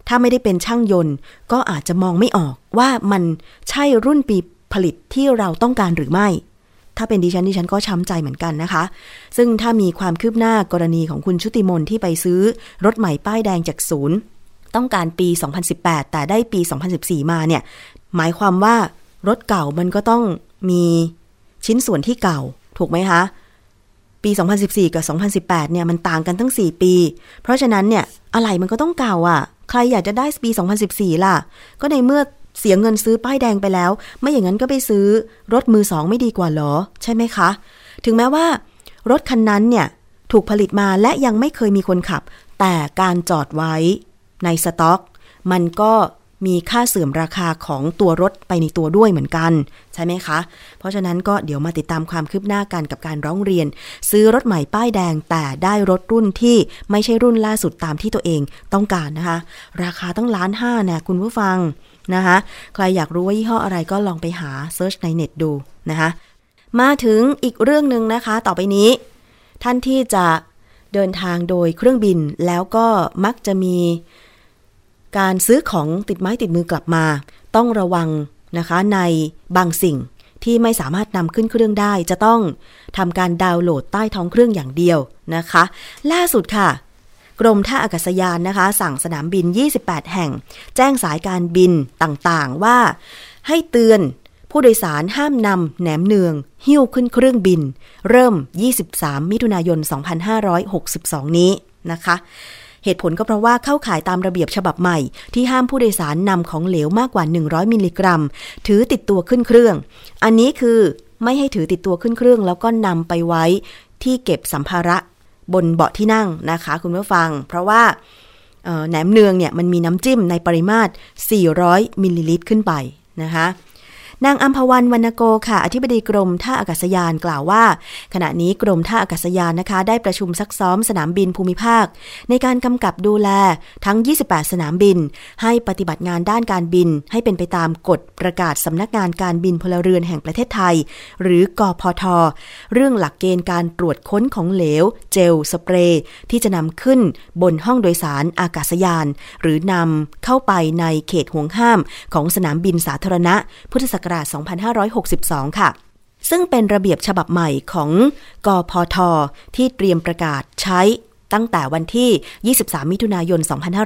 ถ้าไม่ได้เป็นช่างยนต์ก็อาจจะมองไม่ออกว่ามันใช่รุ่นปีผลิตที่เราต้องการหรือไม่ถ้าเป็นดิฉันก็ช้ำใจเหมือนกันนะคะซึ่งถ้ามีความคืบหน้ากรณีของคุณชุติมนที่ไปซื้อรถใหม่ป้ายแดงจากศูนย์ต้องการปี2018แต่ได้ปี2014มาเนี่ยหมายความว่ารถเก่ามันก็ต้องมีชิ้นส่วนที่เก่าถูกไหมคะปี2014กับ2018เนี่ยมันต่างกันทั้ง4ปีเพราะฉะนั้นเนี่ยอะไรมันก็ต้องเก่าอ่ะใครอยากจะได้ปี2014ล่ะก็ในเมื่อเสียเงินซื้อป้ายแดงไปแล้วไม่อย่างนั้นก็ไปซื้อรถมือสองไม่ดีกว่าหรอใช่ไหมคะถึงแม้ว่ารถคันนั้นเนี่ยถูกผลิตมาและยังไม่เคยมีคนขับแต่การจอดไว้ในสต็อกมันก็มีค่าเสื่อมราคาของตัวรถไปในตัวด้วยเหมือนกันใช่ไหมคะเพราะฉะนั้นก็เดี๋ยวมาติดตามความคืบหน้ากันกับการร้องเรียนซื้อรถใหม่ป้ายแดงแต่ได้รถรุ่นที่ไม่ใช่รุ่นล่าสุดตามที่ตัวเองต้องการนะคะราคาตั้ง1.5 ล้านนะคุณผู้ฟังนะคะใครอยากรู้ว่ายี่ห้ออะไรก็ลองไปหาเซิร์ชในเน็ตดูนะคะมาถึงอีกเรื่องนึงนะคะต่อไปนี้ท่านที่จะเดินทางโดยเครื่องบินแล้วก็มักจะมีการซื้อของติดไม้ติดมือกลับมาต้องระวังนะคะในบางสิ่งที่ไม่สามารถนำขึ้นเครื่องได้จะต้องทำการดาวน์โหลดใต้ท้องเครื่องอย่างเดียวนะคะล่าสุดค่ะกรมท่าอากาศยานนะคะสั่งสนามบิน28แห่งแจ้งสายการบินต่างๆว่าให้เตือนผู้โดยสารห้ามนำแหนมเนืองหิ้วขึ้นเครื่องบินเริ่ม23มิถุนายน2562นี้นะคะเหตุผลก็เพราะว่าเข้าข่ายตามระเบียบฉบับใหม่ที่ห้ามผู้โดยสารนำของเหลวมากกว่า100มิลลิกรัมถือติดตัวขึ้นเครื่องอันนี้คือไม่ให้ถือติดตัวขึ้นเครื่องแล้วก็นำไปไว้ที่เก็บสัมภาระบนเบาะที่นั่งนะคะคุณผู้ฟังเพราะว่าแหนมเนืองเนี่ยมันมีน้ำจิ้มในปริมาตร400มิลลิลิตรขึ้นไปนะคะนางอัมพวันวรรณโกค่ะอธิบดีกรมท่าอากาศยานกล่าวว่าขณะนี้กรมท่าอากาศยานนะคะได้ประชุมซักซ้อมสนามบินภูมิภาคในการกำกับดูแลทั้ง28สนามบินให้ปฏิบัติงานด้านการบินให้เป็นไปตามกฎประกาศสำนักงานการบินพลเรือนแห่งประเทศไทยหรือกพท.เรื่องหลักเกณฑ์การตรวจค้นของเหลวเจลสเปรย์ที่จะนำขึ้นบนห้องโดยสารอากาศยานหรือนำเข้าไปในเขตห่วงห้ามของสนามบินสาธารณะพุทธศักราช2562 ค่ะซึ่งเป็นระเบียบฉบับใหม่ของกพท.ที่เตรียมประกาศใช้ตั้งแต่วันที่23มิถุนายน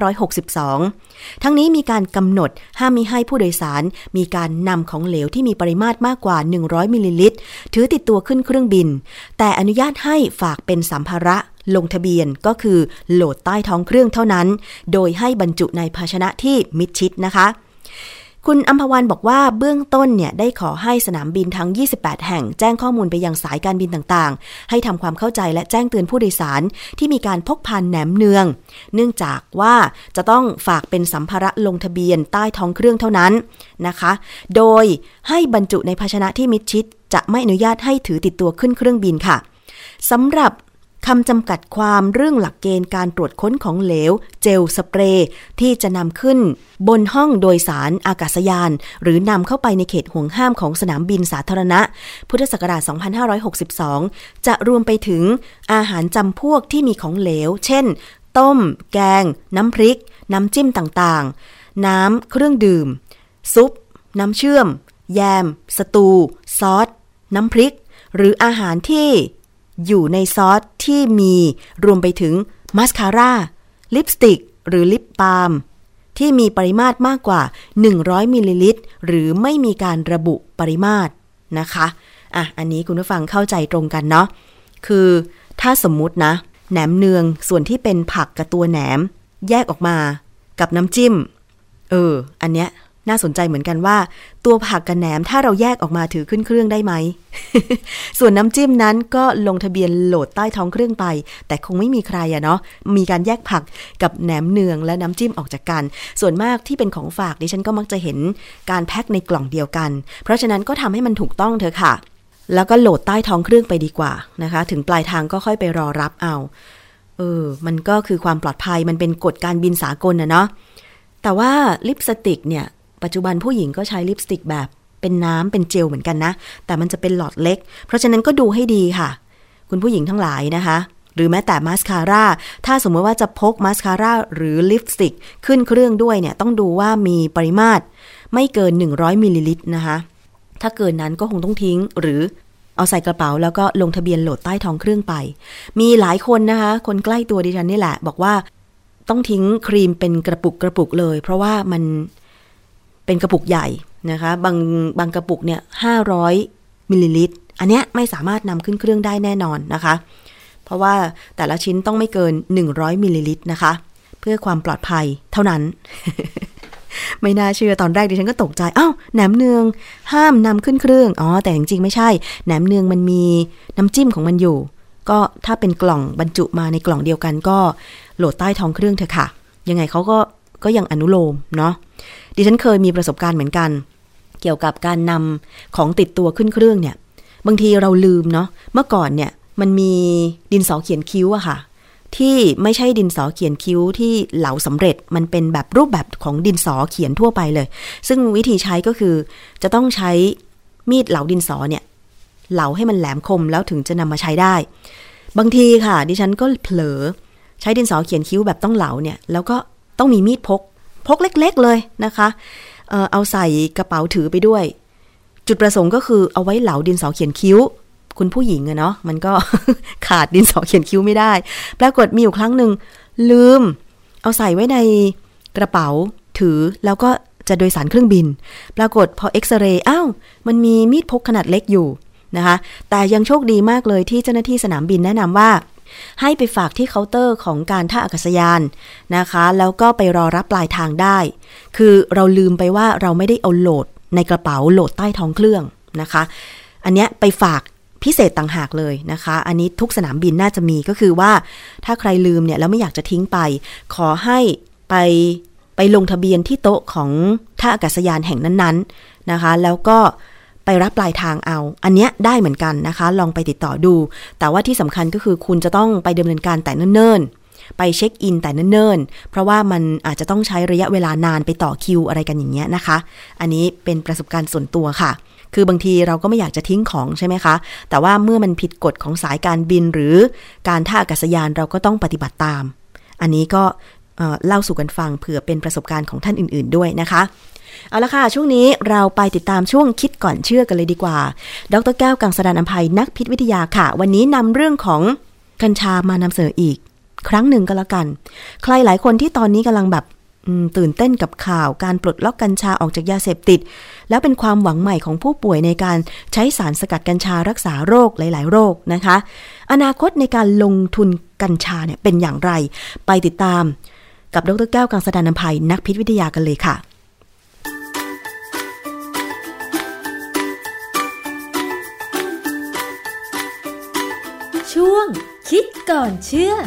2562ทั้งนี้มีการกำหนดห้ามมิให้ผู้โดยสารมีการนำของเหลวที่มีปริมาตรมากกว่า100มิลลิลิตรถือติดตัวขึ้นเครื่องบินแต่อนุญาตให้ฝากเป็นสัมภาระลงทะเบียนก็คือโหลดใต้ท้องเครื่องเท่านั้นโดยให้บรรจุในภาชนะที่มิดชิดนะคะคุณอัมพวันบอกว่าเบื้องต้นเนี่ยได้ขอให้สนามบินทั้ง28แห่งแจ้งข้อมูลไปยังสายการบินต่างๆให้ทำความเข้าใจและแจ้งเตือนผู้โดยสารที่มีการพกพาแหนมเนืองเนื่องจากว่าจะต้องฝากเป็นสัมภาระลงทะเบียนใต้ท้องเครื่องเท่านั้นนะคะโดยให้บรรจุในภาชนะที่มิดชิดจะไม่อนุญาตให้ถือติดตัวขึ้นเครื่องบินค่ะสำหรับคำจำกัดความเรื่องหลักเกณฑ์การตรวจค้นของเหลวเจลสเปรย์ที่จะนำขึ้นบนห้องโดยสารอากาศยานหรือนำเข้าไปในเขตห่วงห้ามของสนามบินสาธารณะพุทธศักราช2562จะรวมไปถึงอาหารจำพวกที่มีของเหลวเช่นต้มแกงน้ำพริกน้ำจิ้มต่างๆน้ำเครื่องดื่มซุปน้ำเชื่อมแยมสตูซอสน้ำพริกหรืออาหารที่อยู่ในซอสที่มีรวมไปถึงมัสคาร่าลิปสติกหรือลิปบาล์มที่มีปริมาตรมากกว่า100มิลลิลิตรหรือไม่มีการระบุปริมาตรนะคะอันนี้คุณผู้ฟังเข้าใจตรงกันเนาะคือถ้าสมมุตินะแหนมเนืองส่วนที่เป็นผักกับตัวแหนมแยกออกมากับน้ำจิ้มอันเนี้ยน่าสนใจเหมือนกันว่าตัวผักกับแหนมถ้าเราแยกออกมาถือขึ้นเครื่องได้ไหม ส่วนน้ำจิ้มนั้นก็ลงทะเบียนโหลดใต้ท้องเครื่องไปแต่คงไม่มีใครเนาะมีการแยกผักกับแหนมเนืองและน้ำจิ้มออกจากกันส่วนมากที่เป็นของฝากดิฉันก็มักจะเห็นการแพ็คในกล่องเดียวกันเพราะฉะนั้นก็ทำให้มันถูกต้องเถอะค่ะแล้วก็โหลดใต้ท้องเครื่องไปดีกว่านะคะถึงปลายทางก็ค่อยไปรอรับเอามันก็คือความปลอดภัยมันเป็นกฎการบินสากลเนาะแต่ว่าลิปสติกเนี่ยปัจจุบันผู้หญิงก็ใช้ลิปสติกแบบเป็นน้ำเป็นเจลเหมือนกันนะแต่มันจะเป็นหลอดเล็กเพราะฉะนั้นก็ดูให้ดีค่ะคุณผู้หญิงทั้งหลายนะคะหรือแม้แต่มาสคาร่าถ้าสมมติว่าจะพกมาสคาร่าหรือลิปสติกขึ้นเครื่องด้วยเนี่ยต้องดูว่ามีปริมาตรไม่เกิน100มิลลิลิตรนะคะถ้าเกินนั้นก็คงต้องทิ้งหรือเอาใส่กระเป๋าแล้วก็ลงทะเบียนโหลดใต้ท้องเครื่องไปมีหลายคนนะคะคนใกล้ตัวดิฉันนี่แหละบอกว่าต้องทิ้งครีมเป็นกระปุกเลยเพราะว่ามันเป็นกระปุกใหญ่นะคะบางกระปุกเนี่ย500มิลลิลิตรอันเนี้ยไม่สามารถนำขึ้นเครื่องได้แน่นอนนะคะเพราะว่าแต่ละชิ้นต้องไม่เกิน100มิลลิลิตรนะคะเพื่อความปลอดภัยเท่านั้น ไม่น่าเชื่อตอนแรกดิฉันก็ตกใจอ้าวแหนมเนืองห้ามนำขึ้นเครื่องแต่จริงๆไม่ใช่แหนมเนืองมันมีน้ำจิ้มของมันอยู่ก็ถ้าเป็นกล่องบรรจุมาในกล่องเดียวกันก็โหลดใต้ท้องเครื่องเถอะค่ะยังไงเขาก็ยังอนุโลมเนาะดิฉันเคยมีประสบการณ์เหมือนกันเกี่ยวกับการนำของติดตัวขึ้นเครื่องเนี่ยบางทีเราลืมเนาะเมื่อก่อนเนี่ยมันมีดินสอเขียนคิ้วอะค่ะที่ไม่ใช่ดินสอเขียนคิ้วที่เหลาสำเร็จมันเป็นแบบรูปแบบของดินสอเขียนทั่วไปเลยซึ่งวิธีใช้ก็คือจะต้องใช้มีดเหลาดินสอเนี่ยเหลาให้มันแหลมคมแล้วถึงจะนำมาใช้ได้บางทีค่ะดิฉันก็เผลอใช้ดินสอเขียนคิ้วแบบต้องเหลาเนี่ยแล้วก็ต้องมีมีดพกเล็กๆเลยนะคะเอาใส่กระเป๋าถือไปด้วยจุดประสงค์ก็คือเอาไว้เหลาดินสอเขียนคิ้วคุณผู้หญิงอะเนาะมันก็ ขาดดินสอเขียนคิ้วไม่ได้ปรากฏมีอยู่ครั้งหนึ่งลืมเอาใส่ไว้ในกระเป๋าถือแล้วก็จะโดยสารเครื่องบินปรากฏพอเอ็กซเรย์มันมีมีดพกขนาดเล็กอยู่นะคะแต่ยังโชคดีมากเลยที่เจ้าหน้าที่สนามบินแนะนำว่าให้ไปฝากที่เคาน์เตอร์ของการท่าอากาศยานนะคะแล้วก็ไปรอรับปลายทางได้คือเราลืมไปว่าเราไม่ได้เอาโหลดในกระเป๋าโหลดใต้ท้องเครื่องนะคะอันเนี้ยไปฝากพิเศษต่างหากเลยนะคะอันนี้ทุกสนามบินน่าจะมีก็คือว่าถ้าใครลืมเนี่ยแล้วไม่อยากจะทิ้งไปขอให้ไปลงทะเบียนที่โต๊ะของท่าอากาศยานแห่งนั้นๆนะคะแล้วก็ไปรับปลายทางเอาอันเนี้ยได้เหมือนกันนะคะลองไปติดต่อดูแต่ว่าที่สำคัญก็คือคุณจะต้องไปดำเนินการแต่เนิ่นๆไปเช็คอินแต่เนิ่นๆเพราะว่ามันอาจจะต้องใช้ระยะเวลานานไปต่อคิวอะไรกันอย่างเงี้ยนะคะอันนี้เป็นประสบการณ์ส่วนตัวค่ะคือบางทีเราก็ไม่อยากจะทิ้งของใช่ไหมคะแต่ว่าเมื่อมันผิดกฎของสายการบินหรือการท่าอากาศยานเราก็ต้องปฏิบัติตามอันนี้ก็เล่าสู่กันฟังเผื่อเป็นประสบการณ์ของท่านอื่นๆด้วยนะคะเอาละค่ะช่วงนี้เราไปติดตามช่วงคิดก่อนเชื่อกันเลยดีกว่าดร.แก้วกังสดาลอำไพนักพิษวิทยาค่ะวันนี้นำเรื่องของกัญชามานำเสนออีกครั้งหนึ่งก็แล้วกันใครหลายคนที่ตอนนี้กำลังแบบตื่นเต้นกับข่าวการปลดล็อกกัญชาออกจากยาเสพติดแล้วเป็นความหวังใหม่ของผู้ป่วยในการใช้สารสกัดกัญชารักษาโรคหลายๆโรคนะคะอนาคตในการลงทุนกัญชาเนี่ยเป็นอย่างไรไปติดตามกับดร.แก้วกังสดาลอำไพนักพิษวิทยากันเลยค่ะช่วงคิดก่อนเชื่อ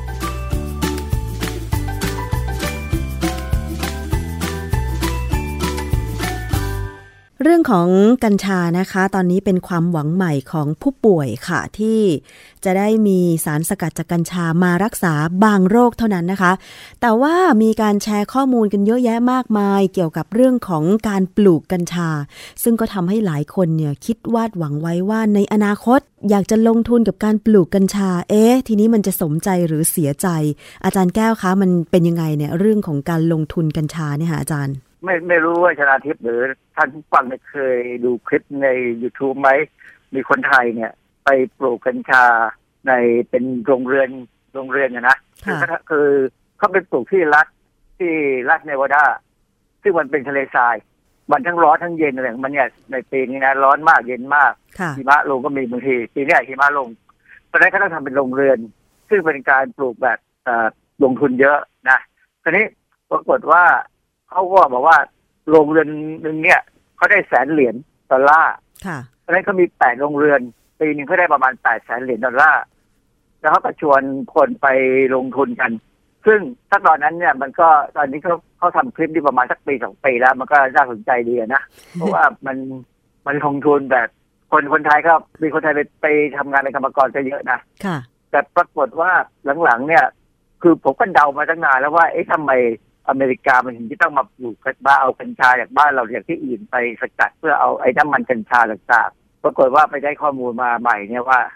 เรื่องของกัญชานะคะตอนนี้เป็นความหวังใหม่ของผู้ป่วยค่ะที่จะได้มีสารสกัดจากกัญชามารักษาบางโรคเท่านั้นนะคะแต่ว่ามีการแชร์ข้อมูลกันเยอะแยะมากมายเกี่ยวกับเรื่องของการปลูกกัญชาซึ่งก็ทำให้หลายคนเนี่ยคิดวาดหวังไว้ว่าในอนาคตอยากจะลงทุนกับการปลูกกัญชาทีนี้มันจะสมใจหรือเสียใจอาจารย์แก้วคะมันเป็นยังไงเนี่ยเรื่องของการลงทุนกัญชาเนี่ยค่ะอาจารย์ไม่รู้ว่าชนาทิพย์หรือท่านผู้ฟังเคยดูคลิปใน YouTube ไหมมีคนไทยเนี่ยไปปลูกกัญชาในเป็นโรงเรือนนะคือเขาไปปลูกที่รัฐเนวาดาซึ่งมันเป็นทะเลทรายมันทั้งร้อนทั้งเย็นอะไรมันเนี่ยในปีนี้นะร้อนมากเย็นมากหิมะลงก็มีบางทีปีนี้หิมะลงเพราะฉะนั้นเขาต้องทำเป็นโรงเรือนซึ่งเป็นการปลูกแบบลงทุนเยอะนะทีนี้ปรากฏว่าเขาก็บอกว่าโรงเรือนนึงเนี่ยเขาได้$100,000,000เพราะฉะนั้นเขามี8โรงเรือนปีนึงเขาได้ประมาณ$800,000,000แล้วเขาก็ชวนคนไปลงทุนกันซึ่งถ้าตอนนั้นเนี่ยมันก็ตอนนี้เขาทำคลิปที่ประมาณสักปี2ปีแล้วมันก็น่าสนใจดีนะเพราะว่ามันลงทุนแบบคนไทยก็มีคนไทยไปทำงานในกรรมกรก็เยอะนะแต่ปรากฏว่าหลังๆเนี่ยคือผมก็เดามาตั้งนานแล้วว่าทำไมอเมริกามันถึงจะต้องมาปลูกเอากัญชาจากบ้านเราจากที่อื่นไปสกัดเพื่อเอาน้ำมันกัญชาต่างๆปรากฏว่าไปได้ข้อมูลมาใหม่เนี่ยว่าเ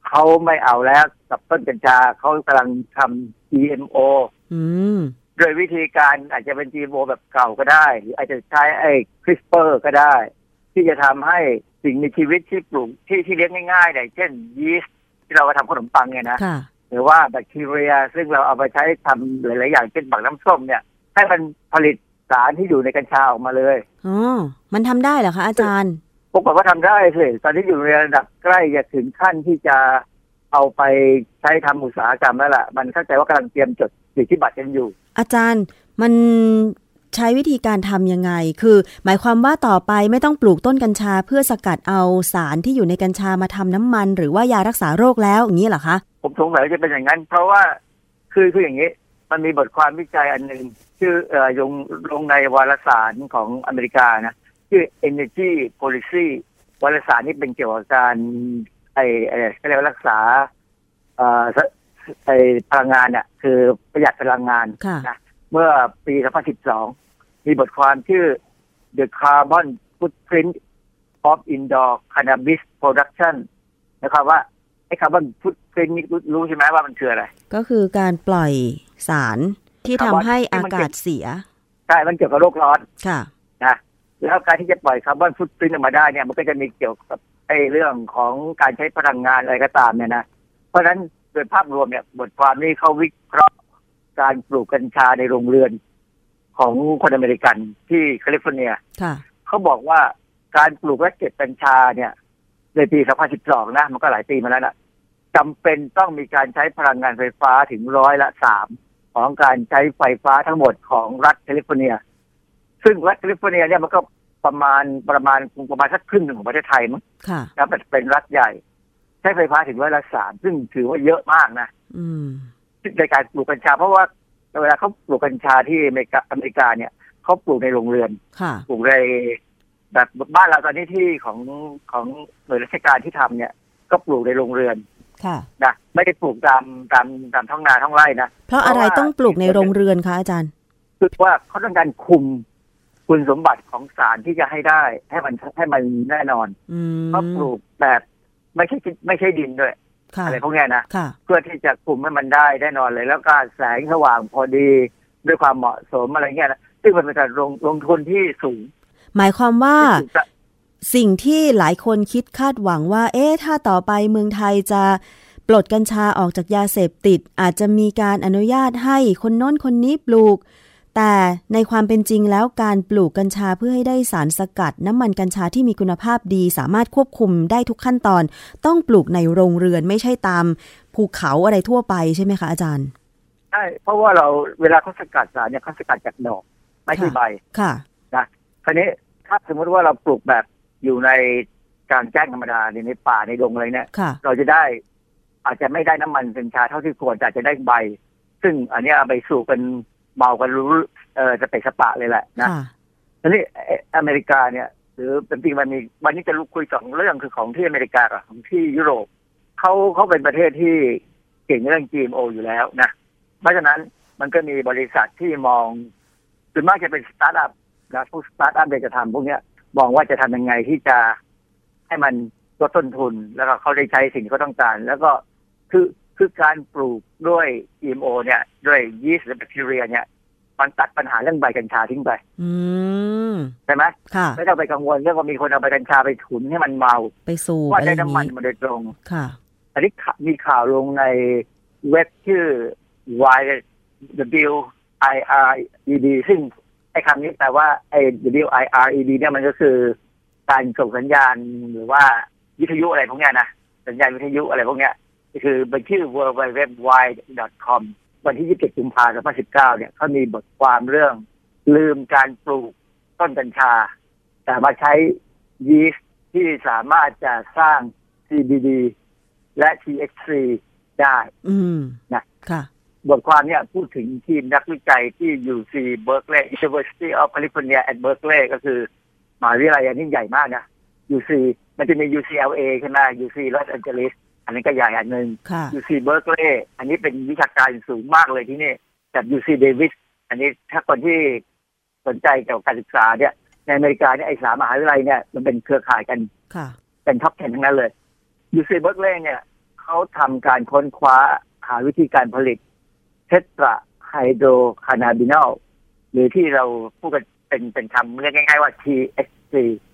เขาไม่เอาแล้วกับต้นกัญชาเขากำลังทำ GMO โดยวิธีการอาจจะเป็น GMO แบบเก่าก็ได้หรืออาจจะใช้ไอ้ CRISPR ก็ได้ที่จะทำให้สิ่งมีชีวิตที่ปลูกที่เลี้ยงง่ายๆอย่างเช่นยีสต์ที่เราทำขนมปังเนี่ยนะหรือว่าแบคทีเรียซึ่งเราเอาไปใช้ทำหลายๆอย่างเช่นบักน้ำส้มเนี่ยให้มันผลิตสารที่อยู่ในกัญชาออกมาเลยมันทำได้เหรอคะอาจารย์ปกติว่าทำได้สิตอนนี้อยู่ในระดับใกล้จะถึงขั้นที่จะเอาไปใช้ทำอุตสาหกรรมแล้วล่ะมันเข้าใจว่ากำลังเตรียมจดสิทธิบัตรกันอยู่อาจารย์มันใช้วิธีการทำยังไงคือหมายความว่าต่อไปไม่ต้องปลูกต้นกัญชาเพื่อสกัดเอาสารที่อยู่ในกัญชามาทำน้ำมันหรือว่ายารักษาโรคแล้วอย่างนี้เหรอคะผมสงสัยจะเป็นอย่างนั้นเพราะว่าคืออย่างนี้มันมีบทความวิจัยอันนึงชื่อลงในวารสารของอเมริกานะชื่อ Energy Policy วารสารนี้เป็นเกี่ยวกับการเรียกว่ารักษาพลังงานเนี่ยคือประหยัดพลังงานนะเมื่อปี 2012 มีบทความชื่อ The Carbon Footprint of Indoor Cannabis Production นะครับว่าไอ้ Carbon Footprint นี่รู้ใช่ไหมว่ามันคืออะไรก็คือการปล่อยสารที่ทำให้อากาศเสียใช่มันเกี่ยวกับโลกร้อนค่ะนะแล้วการที่จะปล่อยคาร์บอนฟุตพริ้นต์ออกมาได้เนี่ยมันก็จะมีเกี่ยวกับเรื่องของการใช้พลังงานอะไรก็ตามเนี่ยนะเพราะฉะนั้นโดยภาพรวมเนี่ยบทความนี้เขาวิเคราะห์การปลูกกัญชาในโรงเรือนของคนอเมริกันที่แคลิฟอร์เนียเขาบอกว่าการปลูกและเก็บกัญชาเนี่ยในปี 2012 นะมันก็หลายปีมาแล้วนะจำเป็นต้องมีการใช้พลังงานไฟฟ้าถึง3%ของการใช้ไฟฟ้าทั้งหมดของรัฐแคลิฟอร์เนียซึ่งรัฐแคลิฟอร์เนียเนี่ยมันก็ประมาณสักครึ่งหนึ่งของประเทศไทยมั้งแล้วเป็นรัฐใหญ่ใช้ไฟฟ้าถึง3%ซึ่งถือว่าเยอะมากนะในการปลูกกัญชาเพราะว่าเวลาเขาปลูกกัญชาที่อเมริกาเนี่ยเขาปลูกในโรงเรือนปลูกในแบบบ้านเราตอนนี้ที่ของหน่วยราชการที่ทำเนี่ยก็ปลูกในโรงเรือนนะไม่ได้ปลูกตามท้องนาท้องไร่นะเพราะอะไรต้องปลูกในโรงเรือนคะอาจารย์คือว่าเขาต้องการคุมคุณสมบัติของสารที่จะให้ได้ให้มันแน่นอนเขาปลูกแบบไม่ใช่ดินด้วยอะไรพวกนี้นะเพื่อที่จะคุมให้มันได้แน่นอนเลยแล้วก็แสงสว่างพอดีด้วยความเหมาะสมอะไรเงี้ยนะซึ่งมันเป็นการลงทุนที่สูงหมายความว่าสิ่งที่หลายคนคิดคาดหวังว่าถ้าต่อไปเมืองไทยจะปลดกัญชาออกจากยาเสพติดอาจจะมีการอนุญาตให้คนโน้นคนนี้ปลูกแต่ในความเป็นจริงแล้วการปลูกกัญชาเพื่อให้ได้สารสกัดน้ำมันกัญชาที่มีคุณภาพดีสามารถควบคุมได้ทุกขั้นตอนต้องปลูกในโรงเรือนไม่ใช่ตามภูเขาอะไรทั่วไปใช่ไหมคะอาจารย์ใช่เพราะว่าเราเวลาเขาสกัดสารเนี่ยเขาสกัดจากดอกไม่ใช่ใบค่ะนะคราวนี้ถ้าสมมติว่าเราปลูกแบบอยู่ในกลางแจ้งธรรมดาในป่าในดงอะไรเนี่ยเราจะได้อาจจะไม่ได้น้ำมันกัญชาเท่าที่ควรแต่จะได้ใบซึ่งอันนี้เอาไปสู่เป็นเมากันรู้จะเตะสปะเลยแหละนะทีนี้อเมริกาเนี่ยหรือเป็นจริงมันมีวันนี้จะคุย2เรื่องคือของที่อเมริกากับของที่ยุโรปเขาเป็นประเทศที่เก่งเรื่อง GMO อยู่แล้วนะเพราะฉะนั้นมันก็มีบริษัทที่มองส่วนมากจะเป็นสตาร์ทอัพนะพวกสตาร์ทอัพจะทำพวกเนี้ยมองว่าจะทำยังไงที่จะให้มันลดต้นทุนแล้วก็เขาได้ใช้สิ่งที่เขาต้องการแล้วก็คือการปลูกด้วย GMO เนี่ยด้วยยีสต์และแบคทีเรียเนี่ยมันตัดปัญหาเรื่องใบกัญชาทิ้งไปใช่ไหมไม่ต้องไปกังวลเรื่องว่ามีคนเอาใบกัญชาไปถุนให้มันเมาไปสูบว่าได้น้ำมันมาโดยตรงอันนี้มีข่าวลงในเว็บชื่อ WIRED ซึ่งไอ้คำนี้แปลว่าไอ้ WIRED เนี่ยมันก็คือการส่งสัญญาณหรือว่าวิทยุอะไรพวกเนี้ยนะสัญญาณวิทยุอะไรพวกเนี้ยคือบันชื่อ worldwideweb.com วันที่27 กุมภาพันธ์ 2019 เนี่ยเขามีบทความเรื่องลืมการปลูกต้นกัญชาแต่มาใช้ยีสต์ที่สามารถจะสร้าง CBD และ THC ได้นะบทความเนี่ยพูดถึงทีมนักวิจัยที่ UC Berkeley University of California at Berkeley ก็คือมหาวิทยาลัยอันนี้ใหญ่มากนะ UC มันจะมี UCLA ใช่ไหม UC Los Angelesอันนี้ก็ใหญ่อันนึง UC Berkeley อันนี้เป็นวิชาการสูงมากเลยที่นี่กับ UC Davis อันนี้ถ้าคนที่สนใจเกี่ยวกับการศึกษาเนี่ยในอเมริกาเนี่ยไอ้3มหาวิทยาลัยเนี่ยมันเป็นเครือข่ายกันเป็นท็อป 10 ทั้งนั้นเลย UC Berkeley เนี่ยเขเขาทำการค้นคว้าหาวิธีการผลิตเทตราไฮโดรคานาบินอลหรือที่เราพูดกันเป็นคำเรียกง่ายๆว่า THC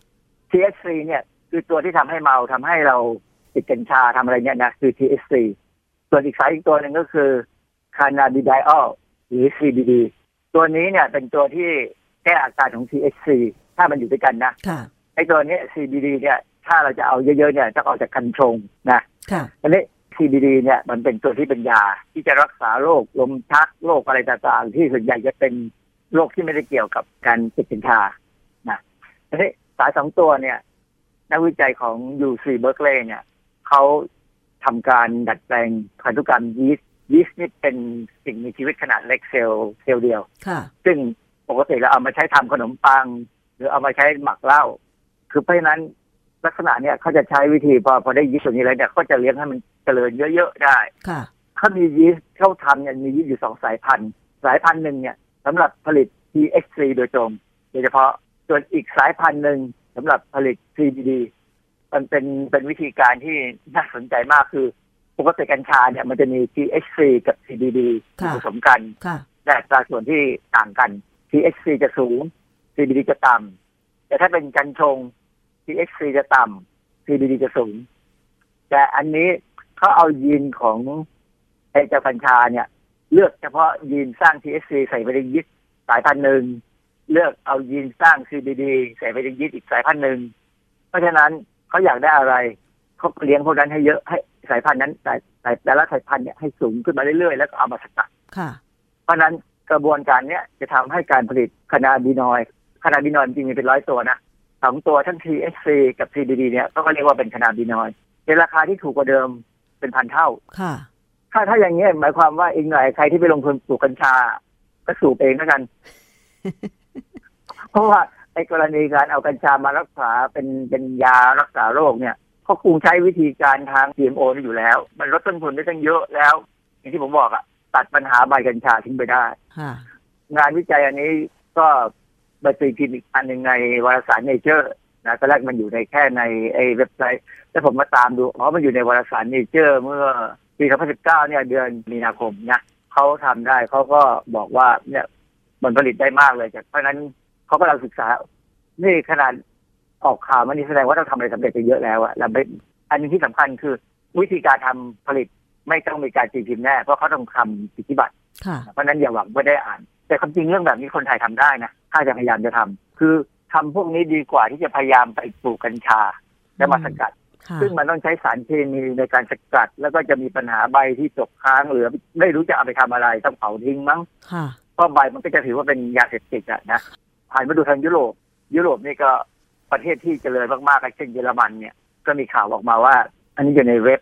THC เนี่ยคือตัวที่ทำให้เมาทำให้เราติดกัญชาทำอะไรเนี่ยนะคือ THC ส่วนอีกสายอีกตัวหนึ่งก็คือคานาบิไดออลหรือ CBD ตัวนี้เนี่ยเป็นตัวที่แก้อาการของ THC ถ้ามันอยู่ด้วยกันนะไอ้ตัวนี้ CBD เนี่ยถ้าเราจะเอาเยอะๆเนี่ยจะออกจากกัญชงนะอันนี้ CBD เนี่ยมันเป็นตัวที่เป็นยาที่จะรักษาโรคลมชักโรคอะไรต่างๆที่ส่วนใหญ่จะเป็นโรคที่ไม่ได้เกี่ยวกับการติดกัญชานะอันนี้สาย2ตัวเนี่ยนักวิจัยของ UC Berkeley เนี่ยเขาทำการดัดแปลงพันธุกรรมยีสต์นี่เป็นสิ่งมีชีวิตขนาดเล็กเซลล์เดียวซึ่งปกติเราเอามาใช้ทำขนมปังหรือเอามาใช้หมักเหล้าคือเพราะฉะนั้นลักษณะเนี่ยเขาจะใช้วิธีพอได้ยีสต์ตัวนี้แล้วเนี่ยเขาจะเลี้ยงให้มันเจริญเยอะๆได้เขามียีสต์เขาทำเนี่ยมียีสต์อยู่2 สายพันธุ์หนึ่งเนี่ยสำหรับผลิต THC โดยตรงโดยเฉพาะส่วนอีกสายพันธุ์หนึ่งสำหรับผลิต CBD มันเป็นวิธีการที่น่าสนใจมากคือปกติกัญชาเนี่ยมันจะมี THC กับ CBD ผสมกันแต่อัตราส่วนที่ต่างกัน THC จะสูง CBD จะต่ำแต่ถ้าเป็นกัญชง THC จะต่ำ CBD จะสูงแต่อันนี้เขาเอายีนของไอ้เจ้ากัญชาเนี่ยเลือกเฉพาะยีนสร้าง THC ใส่ไปในยีสต์สายพันธุ์หนึ่งเลือกเอายีนสร้าง CBD ใส่ไปในยีสต์อีกสายพันธุ์หนึ่งเพราะฉะนั้นเขาอยากได้อะไรเขาเลี้ยงพวกนั้นให้เยอะให้สายพันธุ์นั้นแต่ละสายพันธุ์เนี่ยให้สูงขึ้นมาเรื่อยๆแล้วก็เอามาสกัดเพราะนั้นกระบวนการเนี้ยจะทำให้การผลิตคานาบินอยด์จริงๆมีเป็น100 ตัวนะ2 ตัวทั้ง THC กับ CBD เนี่ยก็เรียกว่าเป็นคานาบินอยด์ในราคาที่ถูกกว่าเดิมเป็น1,000 เท่าถ้าอย่างเงี้ยหมายความว่าอีกหน่อยใครที่ไปลงทุนปลูกกัญชาก็สูบเองแล้วกัน เพราะว่าในกรณีการเอากัญชามารักษาเป็นยารักษาโรคเนี่ยเขาคงใช้วิธีการทาง GMO นี่อยู่แล้วมันลดต้นทุนได้ตั้งเยอะแล้วอย่างที่ผมบอกอ่ะตัดปัญหาใบกัญชาทิ้งไปได้งานวิจัยอันนี้ก็มาตีพิมพ์อีกอันหนึ่งในวารสาร Nature นะตอนแรกมันอยู่ในแค่ในไอ้เว็บไซต์แล้วผมมาตามดูมันอยู่ในวารสาร Nature เมื่อปี2019เนี่ยเดือนมีนาคมนะเขาทำได้เขาก็บอกว่าเนี่ยมันผลิตได้มากเลยจากเพราะนั้นเขาก็เราศึกษานี่ขนาดออกข่าวมันนี่แสดงว่าเราทำอะไรสำเร็จไปเยอะแล้วอะแล้วอันนี้ที่สำคัญคือวิธีการทำผลิตไม่ต้องมีการตีพิมพ์แน่เพราะเขาต้องทำสิทธิบัตรเพราะนั้นอย่าหวังว่าได้อ่านแต่ความจริงเรื่องแบบนี้คนไทยทำได้นะถ้าจะพยายามจะทำคือทำพวกนี้ดีกว่าที่จะพยายามไปปลูกกัญชาแล้วมาสกัดซึ่งมันต้องใช้สารเคมีในการสกัดแล้วก็จะมีปัญหาใบที่ตกค้างเหลือไม่รู้จะเอาไปทำอะไรต้องเผาทิ้งมั้งเพราะใบมันก็จะถือว่าเป็นยาเสพติดนะผ่านมาดูทางยุโรปนี่ก็ประเทศที่เจริญมากๆเช่นเยอรมันเนี่ยก็มีข่าวออกมาว่าอันนี้อยู่ในเว็บ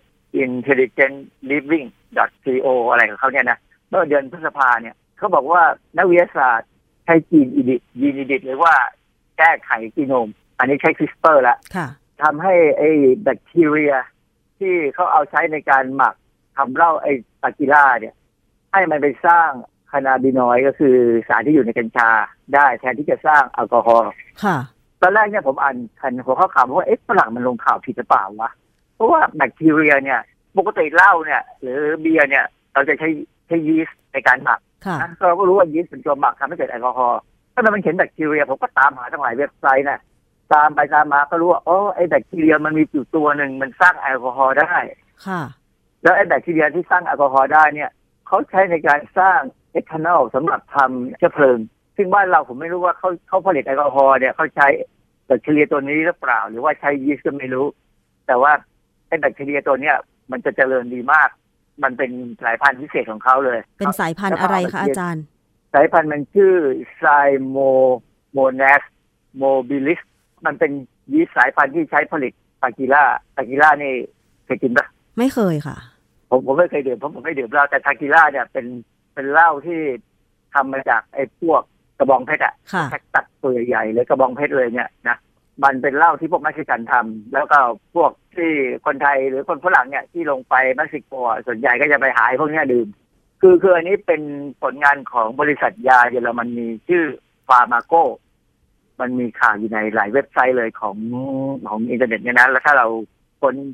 intelligentliving.co อะไรของเขาเนี่ยนะเมื่อเดือนพฤษภาเนี่ยเขาบอกว่านักวิทยาศาสตร์ใช้ยีนอิดิตหรือว่าแก้ไขจีโนมอันนี้ใช้ CRISPR แล้วทำให้ไอ้แบคทีเรียที่เขาเอาใช้ในการหมักทำเหล้าไอ้ตากิล่าเนี่ยให้มันไปสร้างคานาบินอยด์ก็คือสารที่อยู่ในกัญชาได้แทนที่จะสร้างแอลกอฮอล์ตอนแรกเนี่ยผมอ่านหัวข้อข่าวว่าฝรั่งมันลงข่าวผิดหรือเปล่าวะเพราะว่าแบคทีเรียเนี่ยปกติเหล้าเนี่ยหรือเบียร์เนี่ยเราจะใช้ยีสต์ในการหมักเราก็รู้ว่ายีสต์เป็นตัวหมักทำให้เกิดแอลกอฮอล์ถ้ามันเขียนแบคทีเรียผมก็ตามหาทั้งหลายเว็บไซต์นะตามไปตามมาก็รู้ว่าไอ้แบคทีเรียมันมีอยู่ตัวหนึ่งมันสร้างแอลกอฮอล์ได้แล้วไอ้แบคทีเรียที่สร้างแอลกอฮอล์ได้เนี่ยเขาใช้ในการสร้างเอทานอลสำหรับทำเชื้อเพลิงซึ่งบ้านเราผมไม่รู้ว่าเขาผลิตแอลกอฮอล์เนี่ยเขาใช้แบคทีเรียตัวนี้หรือเปล่าหรือว่าใช้ยีสต์ก็ไม่รู้แต่ว่าไอ้แบคทีเรียตัวเนี้ยมันจะเจริญดีมากมันเป็นสายพันธุ์พิเศษของเขาเลยเป็นสายพันธุ์อะไรคะอาจารย์สายพันธุ์มันชื่อไซโมโมนัสโมบิลิสมันเป็นยีสต์สายพันธุ์ที่ใช้ผลิตตากิล่านี่เคยกินปะไม่เคยค่ะผมไม่เคยดื่มผมไม่ดื่มเหล้าแต่ตากิล่าเนี่ยเป็นเหล้าที่ทำมาจากไอ้พวกกระบองเพชรอะตัดตัวใหญ่เลยกระบองเพชรเลยเนี่ยนะมันเป็นเหล้าที่พวกเม็กซิกันทำแล้วก็พวกที่คนไทยหรือคนฝรั่งเนี่ยที่ลงไปเม็กซิโกส่วนใหญ่ก็จะไปหาพวกนี้ดื่มคืออันนี้เป็นผลงานของบริษัทยาเยอรมนีชื่อฟาร์มาโกมันมีข่าวอยู่ในหลายเว็บไซต์เลยของอินเทอร์เน็ตเนี่ยนะแล้วถ้าเราค้น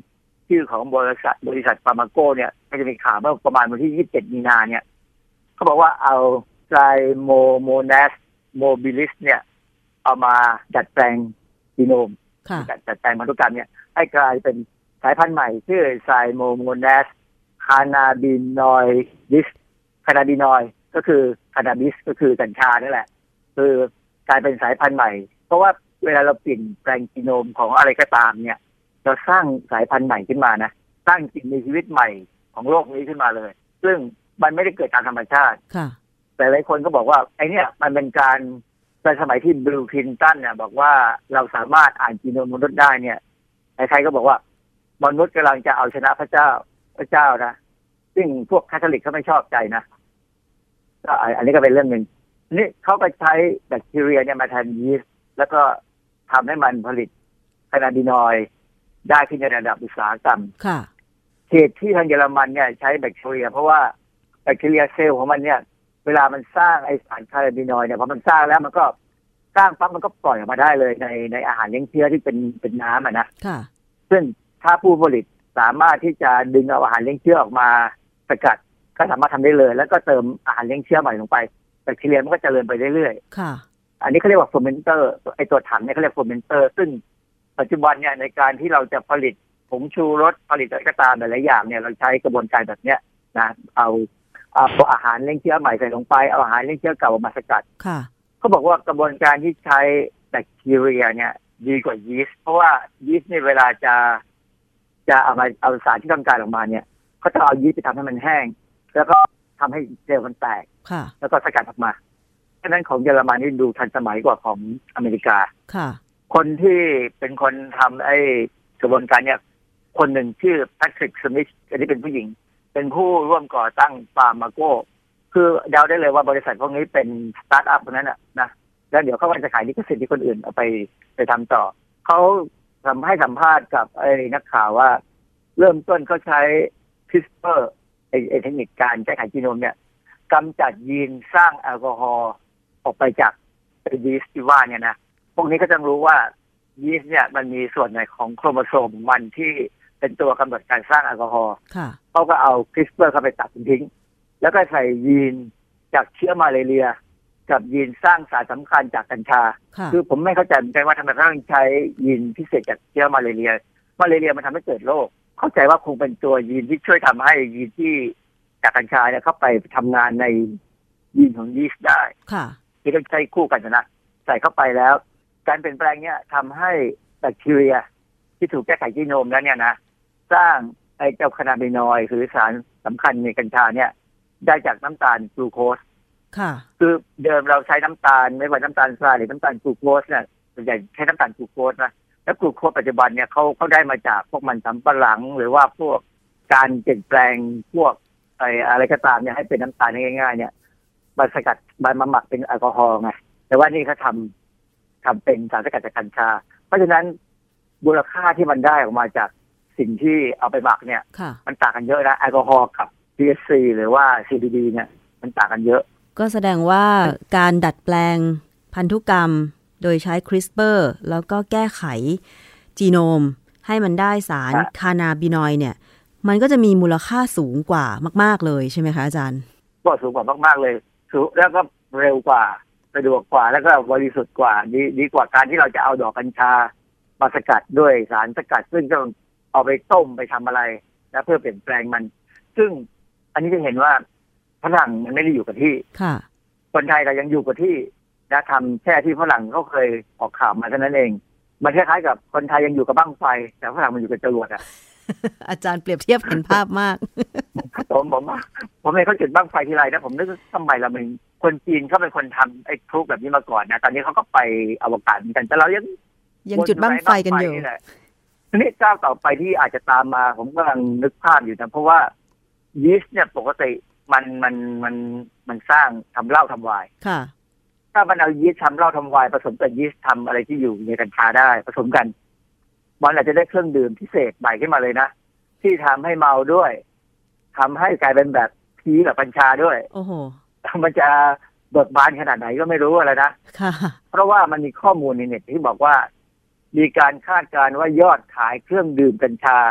ชื่อของบริษัทฟาร์มาโกเนี่ยก็จะมีข่าวเมื่อประมาณวันที่27มีนาเนี่ยเขาบอกว่าเอาไซโมโมนัสโมบิลิสเนี่ยเอามาดัดแปลงจีโนมดัดแปลงพันธุกรรมเนี่ยให้กลายเป็นสายพันธุ์ใหม่ชื่อไซโมโมนัสคานาบินอยดิสคานาบินอยก็คือคานาบิสก็คือกัญชานี่แหละคือกลายเป็นสายพันธุ์ใหม่เพราะว่าเวลาเราเปลี่ยนแปลงจีโนมของอะไรก็ตามเนี่ยเราสร้างสายพันธุ์ใหม่ขึ้นมานะสร้างสิ่งมีชีวิตใหม่ของโลกนี้ขึ้นมาเลยซึ่งมันไม่ได้เกิดตามธรรมชาติแต่หลายคนก็บอกว่าไอ้นี่มันเป็นการในสมัยที่บิล คลินตันเนี่ยบอกว่าเราสามารถอ่านจีโนมมนุษย์ได้เนี่ยใครๆก็บอกว่ามนุษย์กำลังจะเอาชนะพระเจ้านะซึ่งพวกคาทอลิกเขาไม่ชอบใจนะก็อันนี้ก็เป็นเรื่องหนึ่งนี่เขาไปใช้แบคทีเรียเนี่ยมาแทนยีสต์แล้วก็ทำให้มันผลิตคานาบินอยด์ได้ขึ้นในระดับอุตสาหกรรมเหตุที่ทางเยอรมันเนี่ยใช้แบคทีเรียเพราะว่าแบคทีเรียเซลล์ของมันเนี่ยเวลามันสร้างไอสารคานาบินอยด์เนี่ยพอมันสร้างแล้วมันก็สร้างปั๊บมันก็ปล่อยออกมาได้เลยในอาหารเลี้ยงเชื้อที่เป็นน้ำนะซึ่งถ้าผู้ผลิตสามารถที่จะดึงเอาอาหารเลี้ยงเชื้อออกมาสกัดก็สามารถทำได้เลยแล้วก็เติมอาหารเลี้ยงเชื้อใหม่ลงไปแบคทีเรียมันก็เจริญไปเรื่อยๆอันนี้เขาเรียกว่าโฟร์เมนเตอร์ไอตัวถังเนี่ยเขาเรียกโฟร์เมนเตอร์ซึ่งปัจจุบันเนี่ยในการที่เราจะผลิตผงชูรสผลิตอะไรก็ตามหลายๆอย่างเนี่ยเราใช้กระบวนการแบบเนี้ยนะเอาอาหารเลี้ยงเชื้อใหม่ใส่ลงไปเอาอาหารเลี้ยงเชื้อเก่ามาสกัดเขาบอกว่ากระบวนการที่ใช้แบคทีเรียเนี่ยดีกว่ายีสต์เพราะว่ายีสต์เนี่ยเวลาจะเอาสารที่ต้องการออกมาเนี่ยเขาจะเอายีสต์ไปทำให้มันแห้งแล้วก็ทำให้เซลล์มันแตกแล้วก็สกัดออกมาฉะนั้นของเยอรมันนี่ดูทันสมัยกว่าของอเมริกาคนที่เป็นคนทำไอ้กระบวนการเนี่ยคนหนึ่งชื่อแพทริก สมิธอันนี้เป็นผู้หญิงเป็นผู้ร่วมก่อตั้งฟาร์มาโกคือเดาได้เลยว่าบริษัทพวกนี้เป็นสตาร์ทอัพนั้นนะแล้วเดี๋ยวเขาจะขายลิขสิทธิ์ที่คนอื่นเอาไปทำต่อเขาทำให้สัมภาษณ์กับไอ้นักข่าวว่าเริ่มต้นเขาใช้CRISPRไอ้เทคนิคการแก้ไขจีโนมเนี่ยกำจัดยีนสร้างแอลกอฮอล์ออกไปจากยีสต์ที่ว่าเนี่ยนะพวกนี้ก็ต้องรู้ว่ายีสต์เนี่ยมันมีส่วนไหนของโครโมโซมมันที่เป็นตัวกำหนดการสร้างแอลกอฮอล์เขาก็เอาCRISPRเข้าไปตัดทิ้งแล้วก็ใส่ยีนจากเชื้อมาลาเรียกับยีนสร้างสารสำคัญจากกัญชาคือผมไม่เข้าใจเหมือนกันว่าทำไมต้องใช้ยีนพิเศษจากเชื้อมาลาเรียมันทำให้เกิดโรคเข้าใจว่าคงเป็นตัวยีนที่ช่วยทำให้ยีนที่จากกัญชาเนี่ยเข้าไปทำงานในยีนของยีสต์ได้ที่ต้องใช้คู่กันนะใส่เข้าไปแล้วการเปลี่ยนแปลงเนี่ยทำให้แบคทีเรียที่ถูกแก้ไขจีโนมแล้วเนี่ยนะสร้างไอ้เจ้าคานาบินอยด์หรือสารสำคัญในกัญชาเนี่ยได้จากน้ำตาลกลูโคสคือเดิมเราใช้น้ำตาลไม่ว่าน้ำตาลทรายหรือน้ำตาลกลูโคสเนี่ยส่วนใหญ่ใช้น้ำตาลกลูโคสนะแล้วกลูโคสปัจจุบันเนี่ยเขาได้มาจากพวกมันสำปะหลังหรือว่าพวกการเปลี่ยนแปลงพวกอะไรก็ตามเนี่ยให้เป็นน้ำตาลง่ายๆเนี่ยมาสกัดมาหมักเป็นแอลกอฮอล์ไงแต่ว่านี่เขาทำเป็นสารสกัดจากกัญชาเพราะฉะนั้นมูลค่าที่มันได้ออกมาจากสิ่งที่เอาไปหมักเนี่ยมันต่างกันเยอะนะแอลกอฮอล์กับ THC หรือว่า CBD เนี่ยมันต่างกันเยอะก็แสดงว่าการดัดแปลงพันธุกรรมโดยใช้ CRISPR แล้วก็แก้ไขจีโนมให้มันได้สารคานาบินอยด์เนี่ยมันก็จะมีมูลค่าสูงกว่ามากๆเลยใช่ไหมคะอาจารย์ก็สูงกว่ามากๆเลยสูงแล้วก็เร็วกว่าสะดวกกว่าแล้วก็บริสุทธิ์กว่าดีกว่าการที่เราจะเอาดอกกัญชามาสกัดด้วยสารสกัดซึ่งต้องเอาไปต้มไปทำอะไรแล้วเพื่อเปลี่ยนแปลงมันซึ่งอันนี้จะเห็นว่าฝรั่งมันไม่ได้อยู่กับที่คนไทยเรายังอยู่กับที่นะทำแค่ที่ฝรั่งเขาเคยออกข่าวมาเท่านั้นเองมันคล้ายๆกับคนไทยยังอยู่กับบั้งไฟแต่ฝรั่งมันอยู่กับจรวดอาจารย์เปรียบเทียบเห็นภาพมากผมเองเขาจุดบั้งไฟทีไรนะผมนึกทำไมเราเป็นคนจีนเขาเป็นคนทำไอ้พลุแบบนี้มาก่อนนะตอนนี้เขาก็ไปอวกาศเหมือนกันแต่เรายังจุดบั้งไฟกันอยู่ทีนี้เจ้าต่อไปที่อาจจะตามมาผมกำลังนึกภาพอยู่นะเพราะว่ายีสต์เนี่ยปกติมันสร้างทำเหล้าทำไวน์ถ้ามันเอายีสต์ทำเหล้าทำไวน์ผสมกับยีสต์ทำอะไรที่อยู่ในกัญชาได้ผสมกันมันอาจจะได้เครื่องดื่มพิเศษใหม่ขึ้นมาเลยนะที่ทำให้เมาด้วยทำให้กลายเป็นแบบพีกับกัญชาด้วยโอ้โหมันจะเบิกบานขนาดไหนก็ไม่รู้อะไรนะเพราะว่ามันมีข้อมูลในเน็ตที่บอกว่ามีการคาดการณ์ว่ายอดขายเครื่องดื่มกัญชา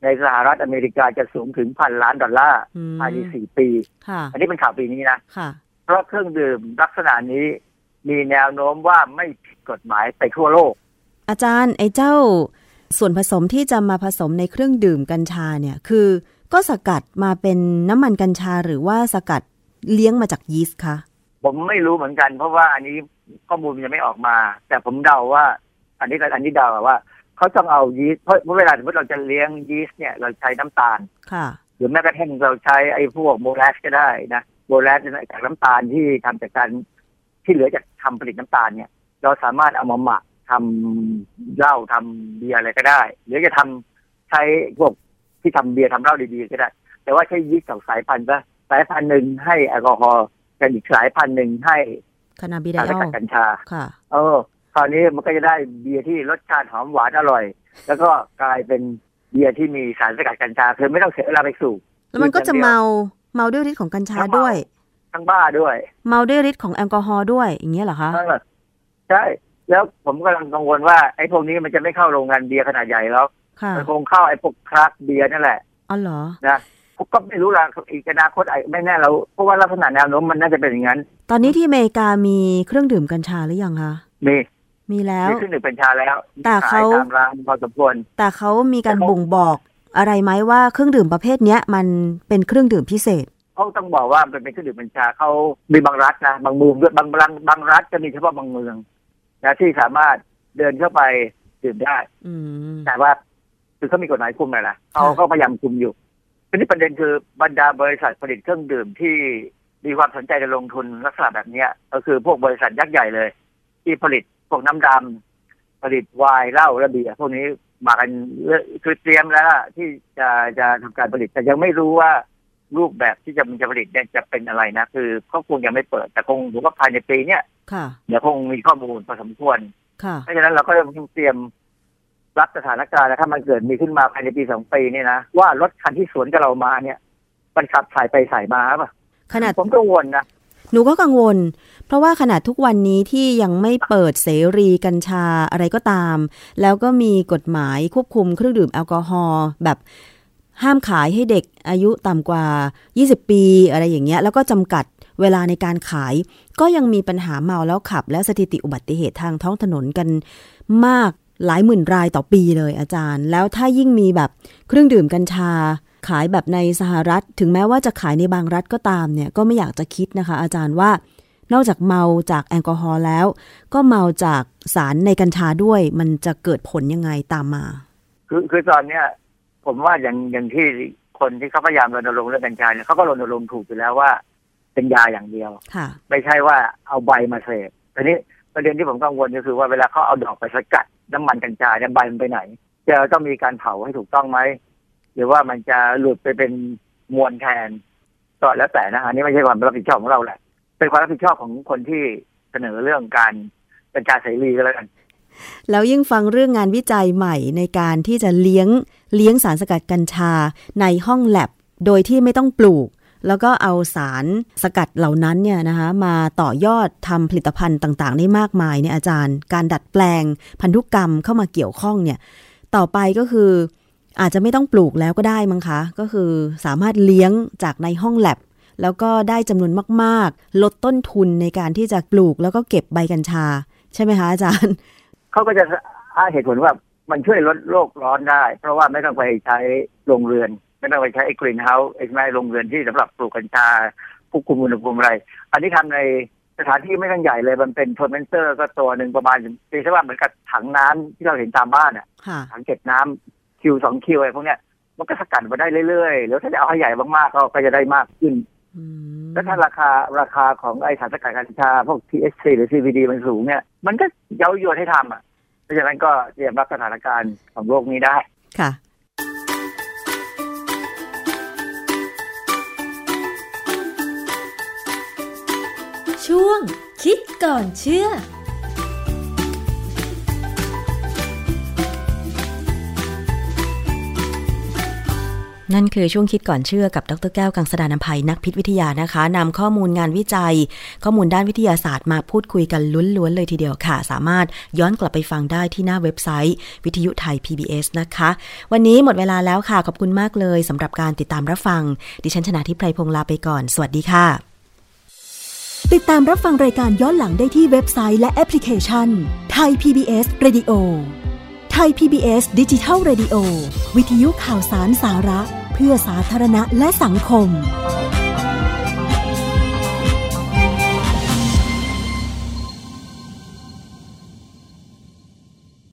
ในสหรัฐอเมริกาจะสูงถึง$1,000 ล้านภายใน4 ปีอันนี้เป็นข่าวปีนี้นะเพราะเครื่องดื่มลักษณะนี้มีแนวโน้มว่าไม่ผิดกฎหมายไปทั่วโลกอาจารย์ไอ้เจ้าส่วนผสมที่จะมาผสมในเครื่องดื่มกัญชาเนี่ยคือก็สกัดมาเป็นน้ำมันกัญชาหรือว่าสกัดเลี้ยงมาจากยีสต์คะผมไม่รู้เหมือนกันเพราะว่าอันนี้ข้อมูลยังไม่ออกมาแต่ผมเดาว่าอันนี้เดาว่าเขาต้องเอายีสต์เพราะเวลาสมมติเราจะเลี้ยงยีสต์เนี่ยเราใช้น้ำตาลหรือแม้กระทั่งเราใช้ไอ้พวกโมเลสก็ได้นะโมเลสจากน้ำตาลที่ทำจากการที่เหลือจากทำผลิตน้ำตาลเนี่ยเราสามารถเอามาหมักทำเหล้าทำเบียร์อะไรก็ได้หรือจะทำใช้พวกที่ทำเบียร์ทำเหล้าดีๆก็ได้แต่ว่าใช้ยีสต์2 สายพันธุ์สายพันธุ์หนึ่งให้แอลกอฮอล์กับอีกสายพันธุ์หนึ่งให้คานาบิไดออลกัญชาคราวนี้มันก็จะได้เบียร์ที่รสชาติหอมหวานอร่อยแล้วก็กลายเป็นเบียร์ที่มีสารสกัดกัญชาคือไม่ต้องเสียเวลาไปสูบแล้วมันก็จะเมาด้วยฤทธิ์ของกัญชาด้วยทั้งบ้าด้วยเมาด้วยฤทธิ์ของแอลกอฮอล์ด้วยอย่างเงี้ยเหรอคะใช่แล้วผมกำลังกังวลว่าไอ้พวกนี้มันจะไม่เข้าโรงงานเบียร์ขนาดใหญ่แล้วมันคงเข้าไอ้พวกคราฟต์เบียร์นั่นแหละอ๋อเหรอนะก็ไม่รู้ละอีกอนาคตไม่แน่เราเพราะว่าลักษณะแนวโน้มมันน่าจะเป็นอย่างนั้นตอนนี้ที่อเมริกามีเครื่องดื่มกัญชาหรือยังคะมีแล้วมีเครื่องดื่มกัญชาแล้วแต่เขาตามร้านพอสมควรแต่เขามีการบ่งบอกอะไรไหมว่าเครื่องดื่มประเภทนี้มันเป็นเครื่องดื่มพิเศษเขาต้องบอกว่ามันเป็นเครื่องดื่มกัญชาเขามีบางรัฐนะบางเมืองด้วยบางรัฐจะมีเฉพาะบางเมืองนะที่สามารถเดินเข้าไปดื่มได้แต่ว่าคือเขามีกฎหมายคุมไงล่ะเขาพยายามคุมอยู่ทีนี้ประเด็นคือบรรดาบริษัทผลิตเครื่องดื่มที่มีความสนใจจะลงทุนลักษณะแบบนี้ก็คือพวกบริษัทยักษ์ใหญ่เลยที่ผลิตพวกน้ำดำผลิตไวน์เหล้าและเบียร์พวกนี้มากันคือเตรียมแล้วที่จะทำการผลิตแต่ยังไม่รู้ว่ารูปแบบที่จะผลิตเนี่ยจะเป็นอะไรนะคือเขาคงยังไม่เปิดแต่คงถือว่าภายในปีเนี้ยเดี๋ยวคงมีข้อมูลพอสมควรเพราะฉะนั้นเราก็ต้องเตรียมรับสถานการณ์นะถ้ามันเกิดมีขึ้นมาภายในปี2 ปีนี่นะว่ารถคันที่สวนกับเรามาเนี่ยมันขับสายไปสายมาป่ะขนาดผมกังวลนะหนูก็กังวลเพราะว่าขนาดทุกวันนี้ที่ยังไม่เปิดเสรีกัญชาอะไรก็ตามแล้วก็มีกฎหมายควบคุมเครื่องดื่มแอลกอฮอล์แบบห้ามขายให้เด็กอายุต่ำกว่า20 ปีอะไรอย่างเงี้ยแล้วก็จำกัดเวลาในการขายก็ยังมีปัญหาเมาแล้วขับและสถิติอุบัติเหตุทางท้องถนนกันมากหลายหมื่นรายต่อปีเลยอาจารย์แล้วถ้ายิ่งมีแบบเครื่องดื่มกัญชาขายแบบในสหรัฐถึงแม้ว่าจะขายในบางรัฐก็ตามเนี่ยก็ไม่อยากจะคิดนะคะอาจารย์ว่านอกจากเมาจากแอลกอฮอล์แล้วก็เมาจากสารในกัญชาด้วยมันจะเกิดผลยังไงตามมาคือตอนเนี้ยผมว่าอย่างที่คนที่เขาพยายามรณรงค์เรื่องกัญชาเนี่ยเขาก็รณรงค์ถูกอยู่แล้วว่าเป็นยาอย่างเดียวไม่ใช่ว่าเอาใบมาเสพทีนี้ประเด็นที่ผมกังวลก็คือว่าเวลาเขาเอาดอกไปสกัดน้ำมันกัญชาเนี่ยใบมันไปไหนจะต้องมีการเผาให้ถูกต้องไหมหรือว่ามันจะหลุดไปเป็นมวลแทนก็แล้วแต่นะอันนี้ไม่ใช่ความรับผิดชอบของเราแหละเป็นความรับผิดชอบของคนที่เสนอเรื่องการกัญชาเสรีก็แล้วกันแล้วยิ่งฟังเรื่องงานวิจัยใหม่ในการที่จะเลี้ยงสารสกัดกัญชาในห้องแลบโดยที่ไม่ต้องปลูกแล้วก็เอาสารสกัดเหล่านั้นเนี่ยนะคะมาต่อยอดทำผลิตภัณฑ์ต่างๆได้มากมายเนี่ยอาจารย์การดัดแปลงพันธุกรรมเข้ามาเกี่ยวข้องเนี่ยต่อไปก็คืออาจจะไม่ต้องปลูกแล้วก็ได้มั้งคะก็คือสามารถเลี้ยงจากในห้องแลบแล้วก็ได้จำนวนมากๆลดต้นทุนในการที่จะปลูกแล้วก็เก็บใบกัญชาใช่ไหมคะอาจารย์เขาก็จะอ้างเหตุผลว่ามันช่วยลดโลกร้อนได้เพราะว่าไม่ต้องไปใช้โรงเรือนไม่ต้องไปใช้กรีนเฮาส์ไม่โรงเรือนที่สำหรับปลูกกัญชาควบคุมอุณหภูมิอะไรอันนี้ทำในสถานที่ไม่ต้องใหญ่เลยมันเป็นเฟอร์เมนเตอร์ก็ตัวหนึ่งประมาณตีซะว่าเหมือนกับถังน้ำที่เราเห็นตามบ้านอ่ะถังเก็บน้ำคิว2 คิวอะไรพวกเนี้ยมันก็สกัดมาได้เรื่อยๆแล้วถ้าจะเอาให้ใหญ่มากๆก็จะได้มากขึ้นแล้วถ้าราคาของไอสารสกัดกัญชาพวก THC หรือ CBD มันสูงเนี่ยมันก็เย้ายวนให้ทำอ่ะเพราะฉะนั้นก็เตรียมรับสถานการณ์ของโลกนี้ได้ค่ะช่วงคิดก่อนเชื่อนั่นคือช่วงคิดก่อนเชื่อกับดร.แก้วกังสดาลอำไพนักพิษวิทยานะคะนำข้อมูลงานวิจัยข้อมูลด้านวิทยาศาสตร์มาพูดคุยกันล้วนๆเลยทีเดียวค่ะสามารถย้อนกลับไปฟังได้ที่หน้าเว็บไซต์วิทยุไทย PBS นะคะวันนี้หมดเวลาแล้วค่ะขอบคุณมากเลยสำหรับการติดตามรับฟังดิฉันชนาธิป ไพรพงษ์ลาไปก่อนสวัสดีค่ะติดตามรับฟังรายการย้อนหลังได้ที่เว็บไซต์และแอปพลิเคชันไทย PBS Radio ไทย PBS Digital Radio วิทยุข่าวสารสาระเพื่อสาธารณะและสังคม